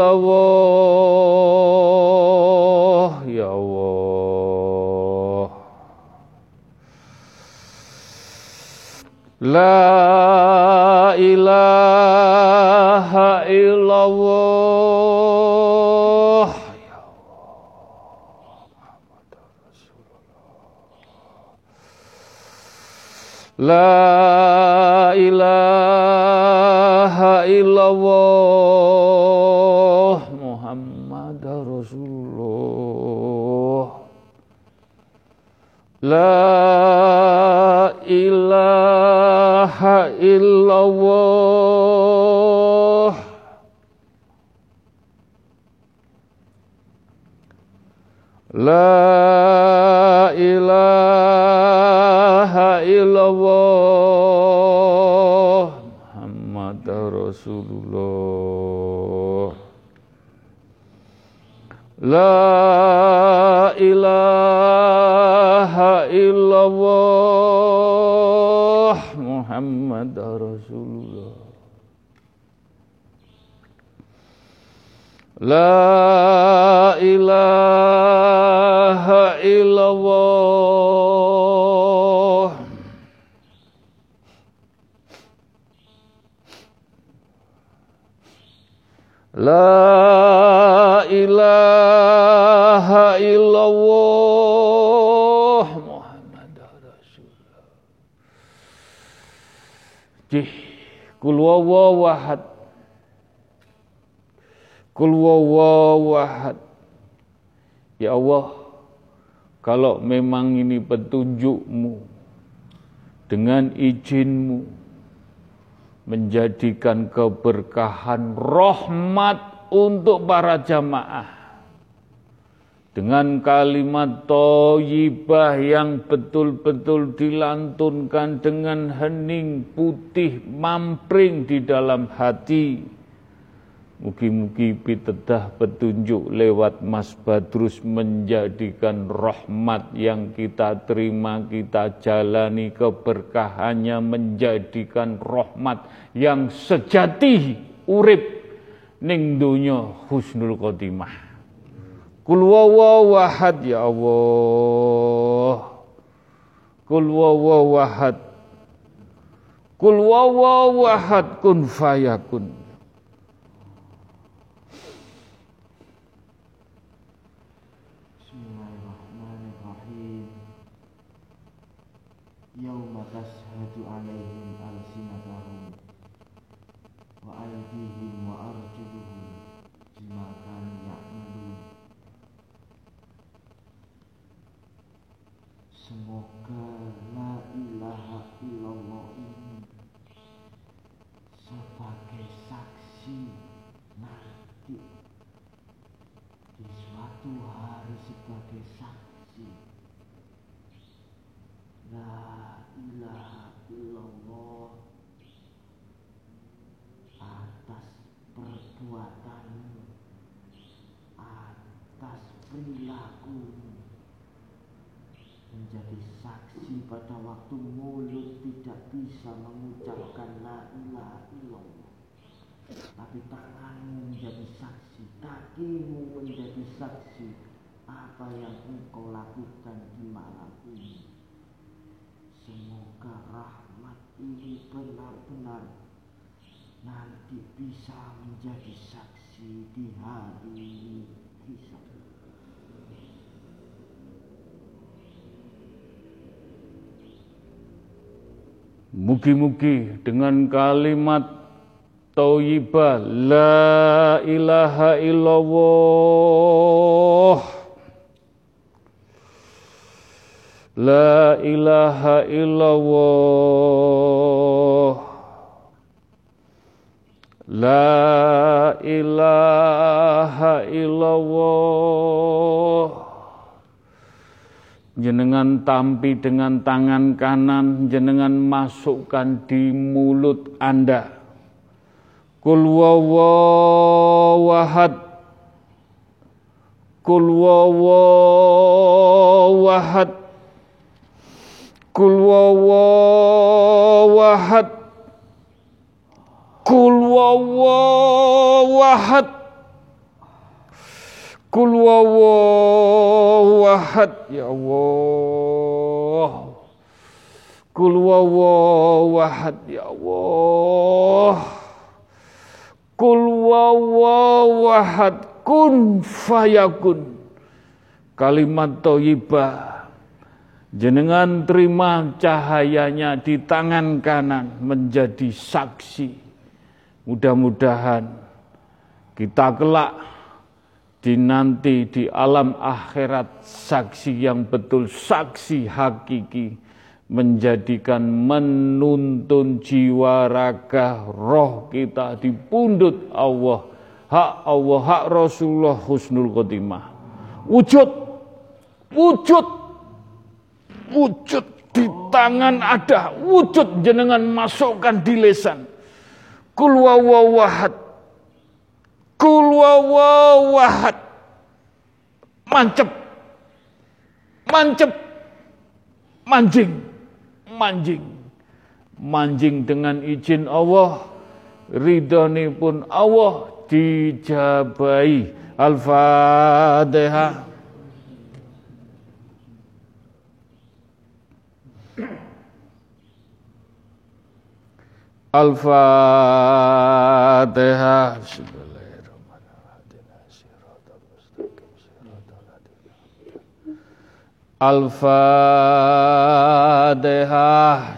illallah, ya Allah. La ilaha illallah, ya Allah. Muhammad Rasul. La ilaha illallah Muhammad Rasulullah. La ilaha illallah. La ilaha illallah Muhammad Rasulullah. La ilaha illallah Muhammad Rasulullah. La ilaha illallah. La ilaha illallah Muhammad Rasulullah. Jih, kul huwallahu ahad. Kul huwallahu ahad. Ya Allah, kalau memang ini petunjuk-Mu, dengan izin-Mu, menjadikan keberkahan rahmat untuk para jamaah. Dengan kalimat thayyibah yang betul-betul dilantunkan dengan hening putih mampring di dalam hati. Mugi-mugi pitedah petunjuk lewat Mas Badrus menjadikan rahmat yang kita terima, kita jalani keberkahannya menjadikan rahmat yang sejati urip ning donya husnul khotimah. Kul huwallahu ahad ya Allah. Kul huwallahu ahad. Kul huwallahu ahad kun fayakun. Yauma tashhadu alaihim alsinatahum wa aydihim wa arjuluhum bima kanu ya'malun. Semoga la ilaha illallah ini sebagai saksi nanti di suatu hari, sebagai saksi la ilaha illallah atas perbuatanmu, atas perilakumu, menjadi saksi pada waktu mulut tidak bisa mengucapkan la ilaha illallah, tapi tanganmu menjadi saksi, kakimu menjadi saksi apa yang engkau lakukan di malam ini. Semoga rahmat ini benar-benar nanti bisa menjadi saksi di hari hisab. Mugi-mugi dengan kalimat thayyibah la ilaha illallah, la ilaha illallah, la ilaha illallah. Jenengan tampi dengan tangan kanan, jenengan masukkan di mulut Anda. Kul huwallahu ahad. Kul huwallahu ahad. Kul huwallahu ahad. Kul huwallahu ahad. Kul huwallahu ahad ya Allah. Kul huwallahu ahad ya Allah. Kul huwallahu ahad kun fayakun. Kalimat thayyibah Jenengan terima cahayanya di tangan kanan menjadi saksi. Mudah-mudahan kita kelak di nanti di alam akhirat saksi yang betul, saksi hakiki, menjadikan menuntun jiwa raga roh kita di pundut Allah, hak Allah, hak Rasulullah husnul khotimah. Wujud, wujud, wujud di tangan ada, wujud jenengan masukkan di lisan. Kul wawawahad, kul wawawahad, mancep, mancep, manjing, manjing, manjing dengan izin Allah, ridhoni pun Allah dijabai. Al-Fatihah. Al-Fatihah. Al-Fatihah.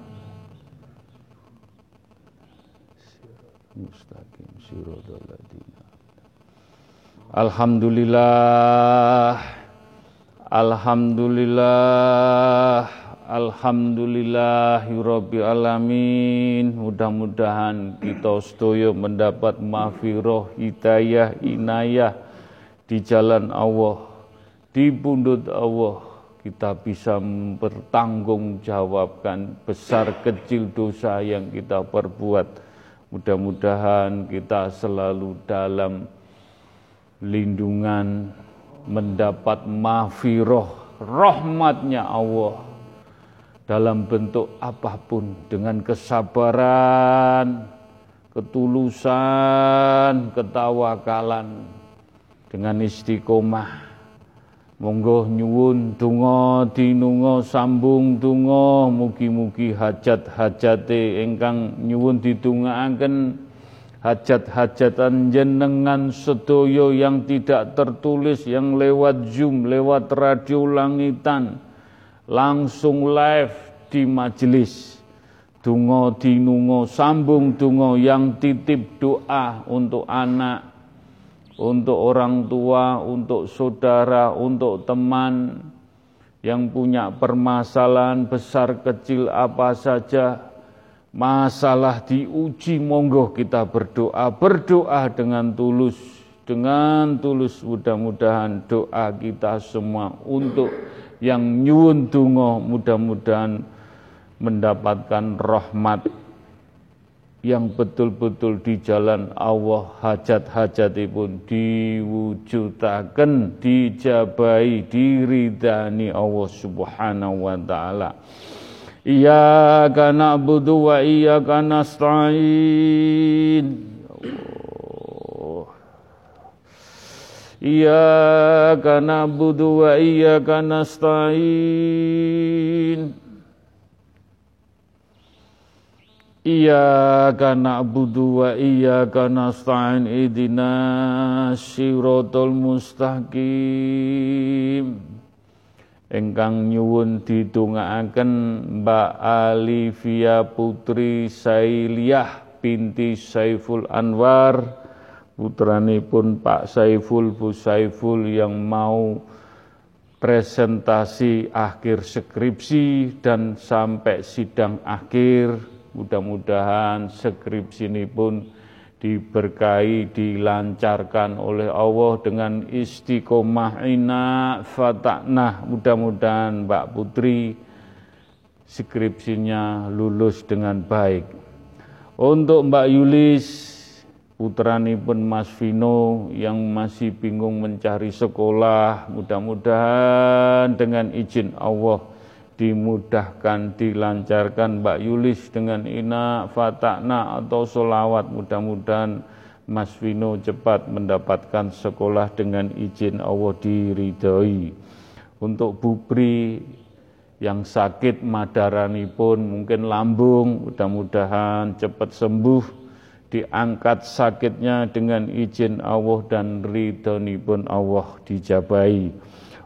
Alhamdulillah, alhamdulillah, alhamdulillahirabbil alamin. Mudah-mudahan kita sedaya mendapat maghfirah, hidayah, inayah di jalan Allah, di pundut Allah. Kita bisa mempertanggungjawabkan besar kecil dosa yang kita perbuat. Mudah-mudahan kita selalu dalam lindungan, mendapat maghfirah, rahmatnya Allah dalam bentuk apapun, dengan kesabaran, ketulusan, ketawakalan, dengan istiqomah. Monggo nyuwun donga dinunga sambung donga, mugi-mugi hajat-hajate ingkang nyuwun didongaaken, hajat-hajatan jenengan sedaya yang tidak tertulis, yang lewat Zoom, lewat radio langitan, langsung live di majelis. Donga dinunga sambung donga, yang titip doa untuk anak, untuk orang tua, untuk saudara, untuk teman yang punya permasalahan besar kecil apa saja, masalah diuji, monggo kita berdoa, berdoa dengan tulus, dengan tulus. Mudah-mudahan doa kita semua untuk yang nyuwun donga mudah-mudahan mendapatkan rahmat yang betul-betul di jalan Allah, hajat-hajatipun diwujudaken, dijabahi, diridani Allah Subhanahu wa taala. Iyyaka na'budu wa iyyaka nasta'in. Iyyaka na'budu wa iyyaka nasta'in. Iyyaka na'budu wa iyyaka nasta'in. Ihdinas siratal mustaqim. Engkang nyuwun didongaaken Mbak Alivia Putri Sailiyah binti Saiful Anwar, putranipun Pak Saiful, Bu Saiful, yang mau presentasi akhir skripsi dan sampai sidang akhir. Mudah-mudahan skripsi ini pun diberkahi, dilancarkan oleh Allah dengan istiqomah, ina fata'nah. Mudah-mudahan Mbak Putri skripsinya lulus dengan baik. Untuk Mbak Yulis, putranipun Mas Vino yang masih bingung mencari sekolah, mudah-mudahan dengan izin Allah dimudahkan, dilancarkan Mbak Yulis dengan ina fata'na atau solawat. Mudah-mudahan Mas Vino cepat mendapatkan sekolah dengan izin Allah, diridhoi. Untuk Bu Pri yang sakit madaranipun, mungkin lambung, mudah-mudahan cepat sembuh, diangkat sakitnya dengan izin Allah dan ridhonipun Allah, dijabahi.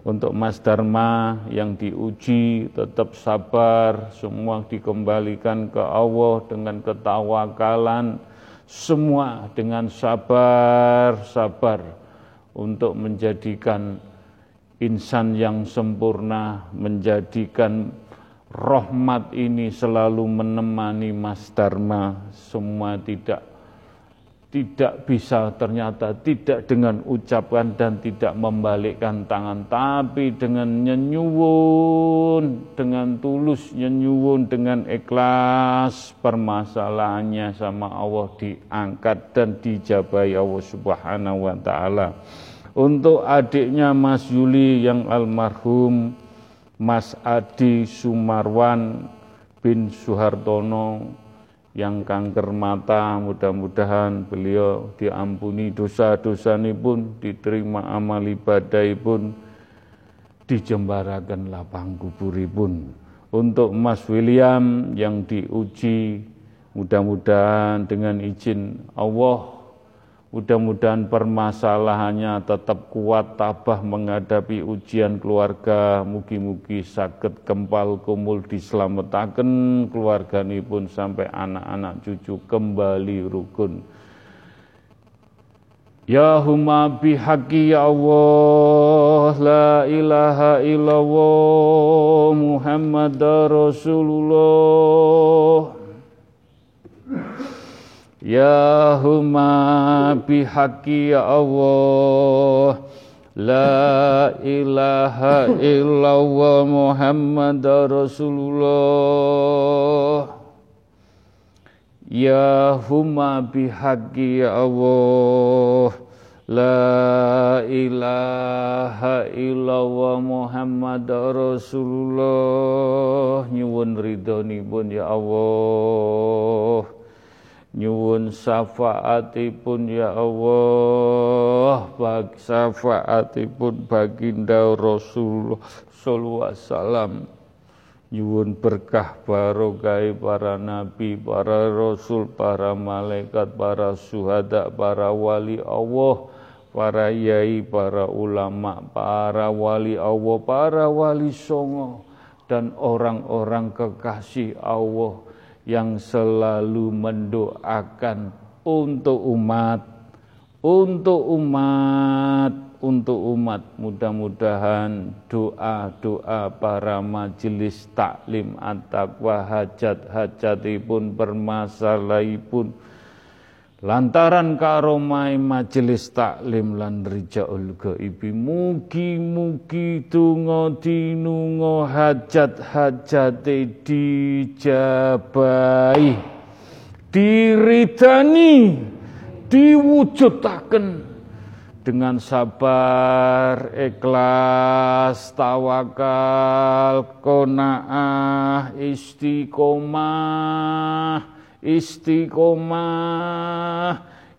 Untuk Mas Dharma yang diuji tetap sabar, semua dikembalikan ke Allah dengan ketawakalan, semua dengan sabar, sabar untuk menjadikan insan yang sempurna, menjadikan rahmat ini selalu menemani Mas Dharma. Semua tidak tidak bisa, ternyata tidak dengan ucapan dan tidak membalikkan tangan, tapi dengan nyenyuwun, dengan tulus nyenyuwun, dengan ikhlas, permasalahannya sama Allah diangkat dan dijabahi Allah Subhanahu wa ta'ala. Untuk adiknya Mas Yuli yang almarhum, Mas Adi Sumarwan bin Suhartono yang kanker mata, mudah-mudahan beliau diampuni dosa-dosanipun, diterima amal ibadahipun, dijembaraken lapang kuburipun. Untuk Mas William yang diuji, mudah-mudahan dengan izin Allah, mudah-mudahan permasalahannya tetap kuat tabah menghadapi ujian keluarga. Mugi-mugi saged kempal kumul dislametaken keluarganipun sampai anak-anak cucu kembali rukun. Ya huma bihaqi ya Allah, la ilaha illallah Muhammadar Rasulullah. Ya huma bihaqi ya Allah, la ilaha illallah Muhammadar Rasulullah. Ya huma bihaqi ya Allah, la ilaha illallah Muhammadar Rasulullah. Nyuwun ridhonipun ya Allah, nyuwun syafaatipun ya Allah, bagi syafaatipun baginda Rasulullah sallallahu alaihi wasallam. Nyuwun berkah barokah para nabi, para rasul, para malaikat, para syuhada, para wali Allah, para yai, para ulama, para wali Allah, para wali songo, dan orang-orang kekasih Allah yang selalu mendoakan untuk umat, untuk umat, untuk umat. Mudah-mudahan doa-doa para majelis taklim at-taqwa, hajat-hajatipun, permasalahipun, lantaran karomai majelis taklim lan rijaul ghaibi, mugi-mugi donga dinunga hajat-hajate dijabahi, diridani, diwujudaken dengan sabar, ikhlas, tawakal, qanaah, istiqomah, istiqomah,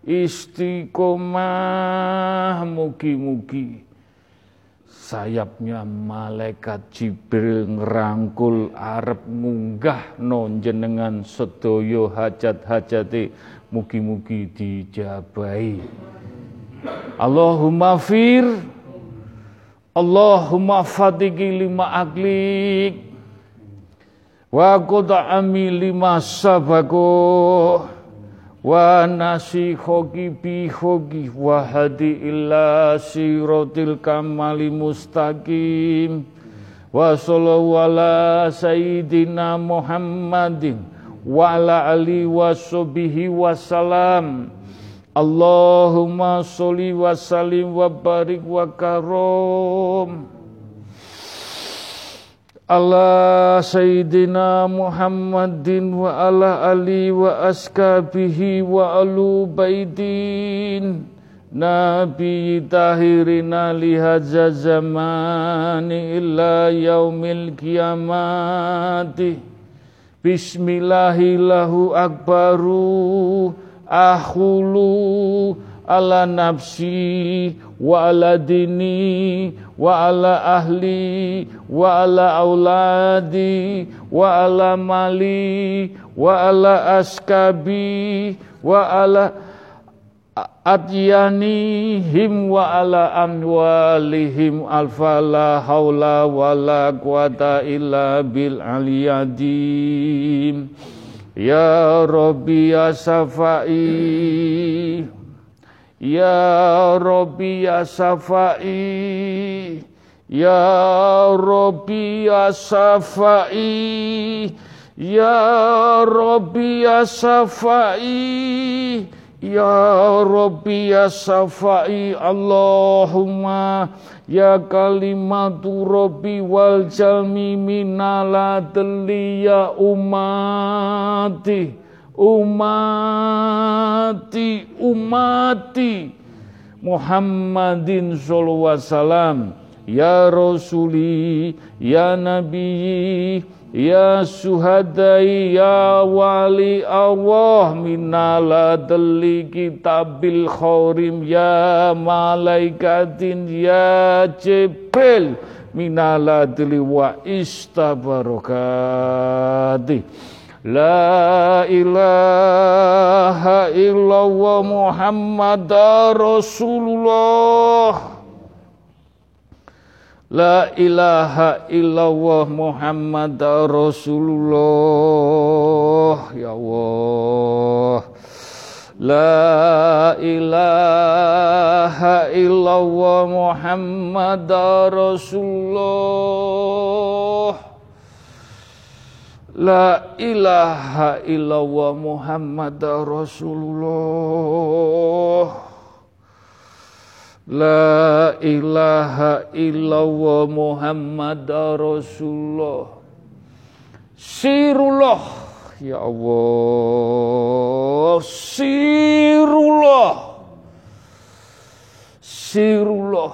istiqomah. Mugi-mugi sayapnya malaikat Jibril ngerangkul arep munggah nonjenengan sedaya hajat-hajate, mugi-mugi dijabahi. Allahumma fir, Allahumma fatiki lima aklik, wa quta'ami lima sabako, wa nasi khoki bi khoki, wa hadi illa siratil kamali mustaqim, wa sallallahu ala sayyidina Muhammadin wa ala ali wa sahbihi wa salam. Allahumma sholli wa sallim wa barik wa karom ala sayyidina Muhammadin wa ala ali wa askabihi wa alu baidin nabi tahirina lihaza zamani illa yaumil kiamati. Bismillahillahu akbaru akhulu ala nafsi wa ala dini wa ala ahli wa ala auladi wa ala mali wa ala askabi wa ala atyanihim wa ala amwalihim alfa la haula wa la quwata illa bil aliyadim. Ya Rabbi ya Safai, Ya Rabbi ya Safai, Ya Rabbi ya Safai, Ya Rabbi ya Safai, Ya Rabbi ya Safai. Allahumma ya kalimatu Rabbi wal jalmi minaladli ya umati umati umati Muhammadin sallallahu alaihi wasallam. Ya Rasuli ya Nabi ya Suhadai ya Wali Allah minaladli kitabil khorim ya malaikatin ya Jibril minaladli wa istabarakati. La ilaha illallah Muhammad Rasulullah. La ilaha illallah Muhammad Rasulullah. Ya Allah. La ilaha illallah Muhammad Rasulullah. La ilaha illallah Muhammad Rasulullah. La ilaha illallah Muhammad Rasulullah. Sirullah, ya Allah, sirullah, sirullah,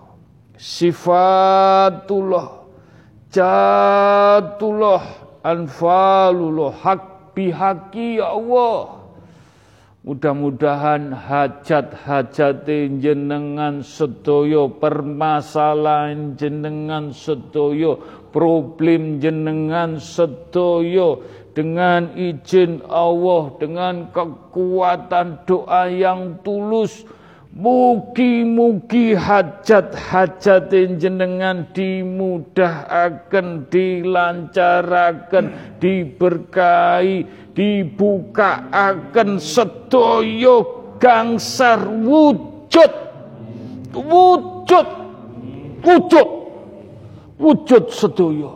sifatullah, jatullah, anfalullah, hak bihaki, ya Allah. Mudah-mudahan hajat-hajat jenengan sedaya, permasalahan jenengan sedaya, problem jenengan sedaya, dengan izin Allah, dengan kekuatan doa yang tulus, mugi-mugi hajat-hajat jenengan dimudahkan, dilancaraken, diberkahi, dibukaaken sedaya gangsar wujud wujud wujud wujud sedaya.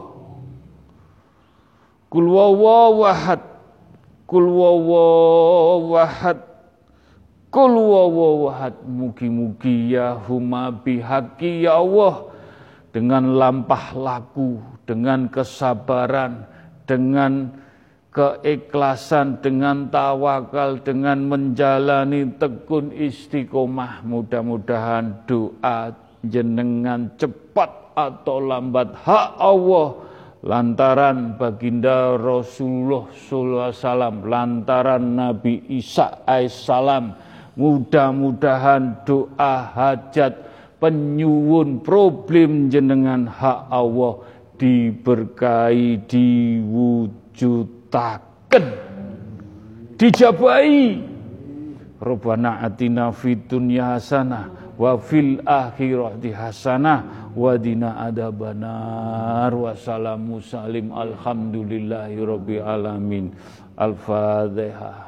Kul huwallahu ahad, kul huwallahu ahad, kul huwallahu ahad. Mugi-mugi ya huma bihaqi, ya Allah, dengan lampah laku, dengan kesabaran, dengan keikhlasan, dengan tawakal, dengan menjalani tekun istiqomah, mudah-mudahan doa jenengan cepat atau lambat hak Allah lantaran baginda Rasulullah sallallahu alaihi wasallam, lantaran Nabi Isa alaihissalam. Mudah-mudahan doa hajat penyuwun problem jenengan hak Allah diberkahi, diwujudaken, dijabahi. Rabbana atina fid dunya hasanah wa fil akhirati hasanah wa qina adzabannar. Wassalamu salim alhamdulillahi rabbil alamin. Al-Fatihah.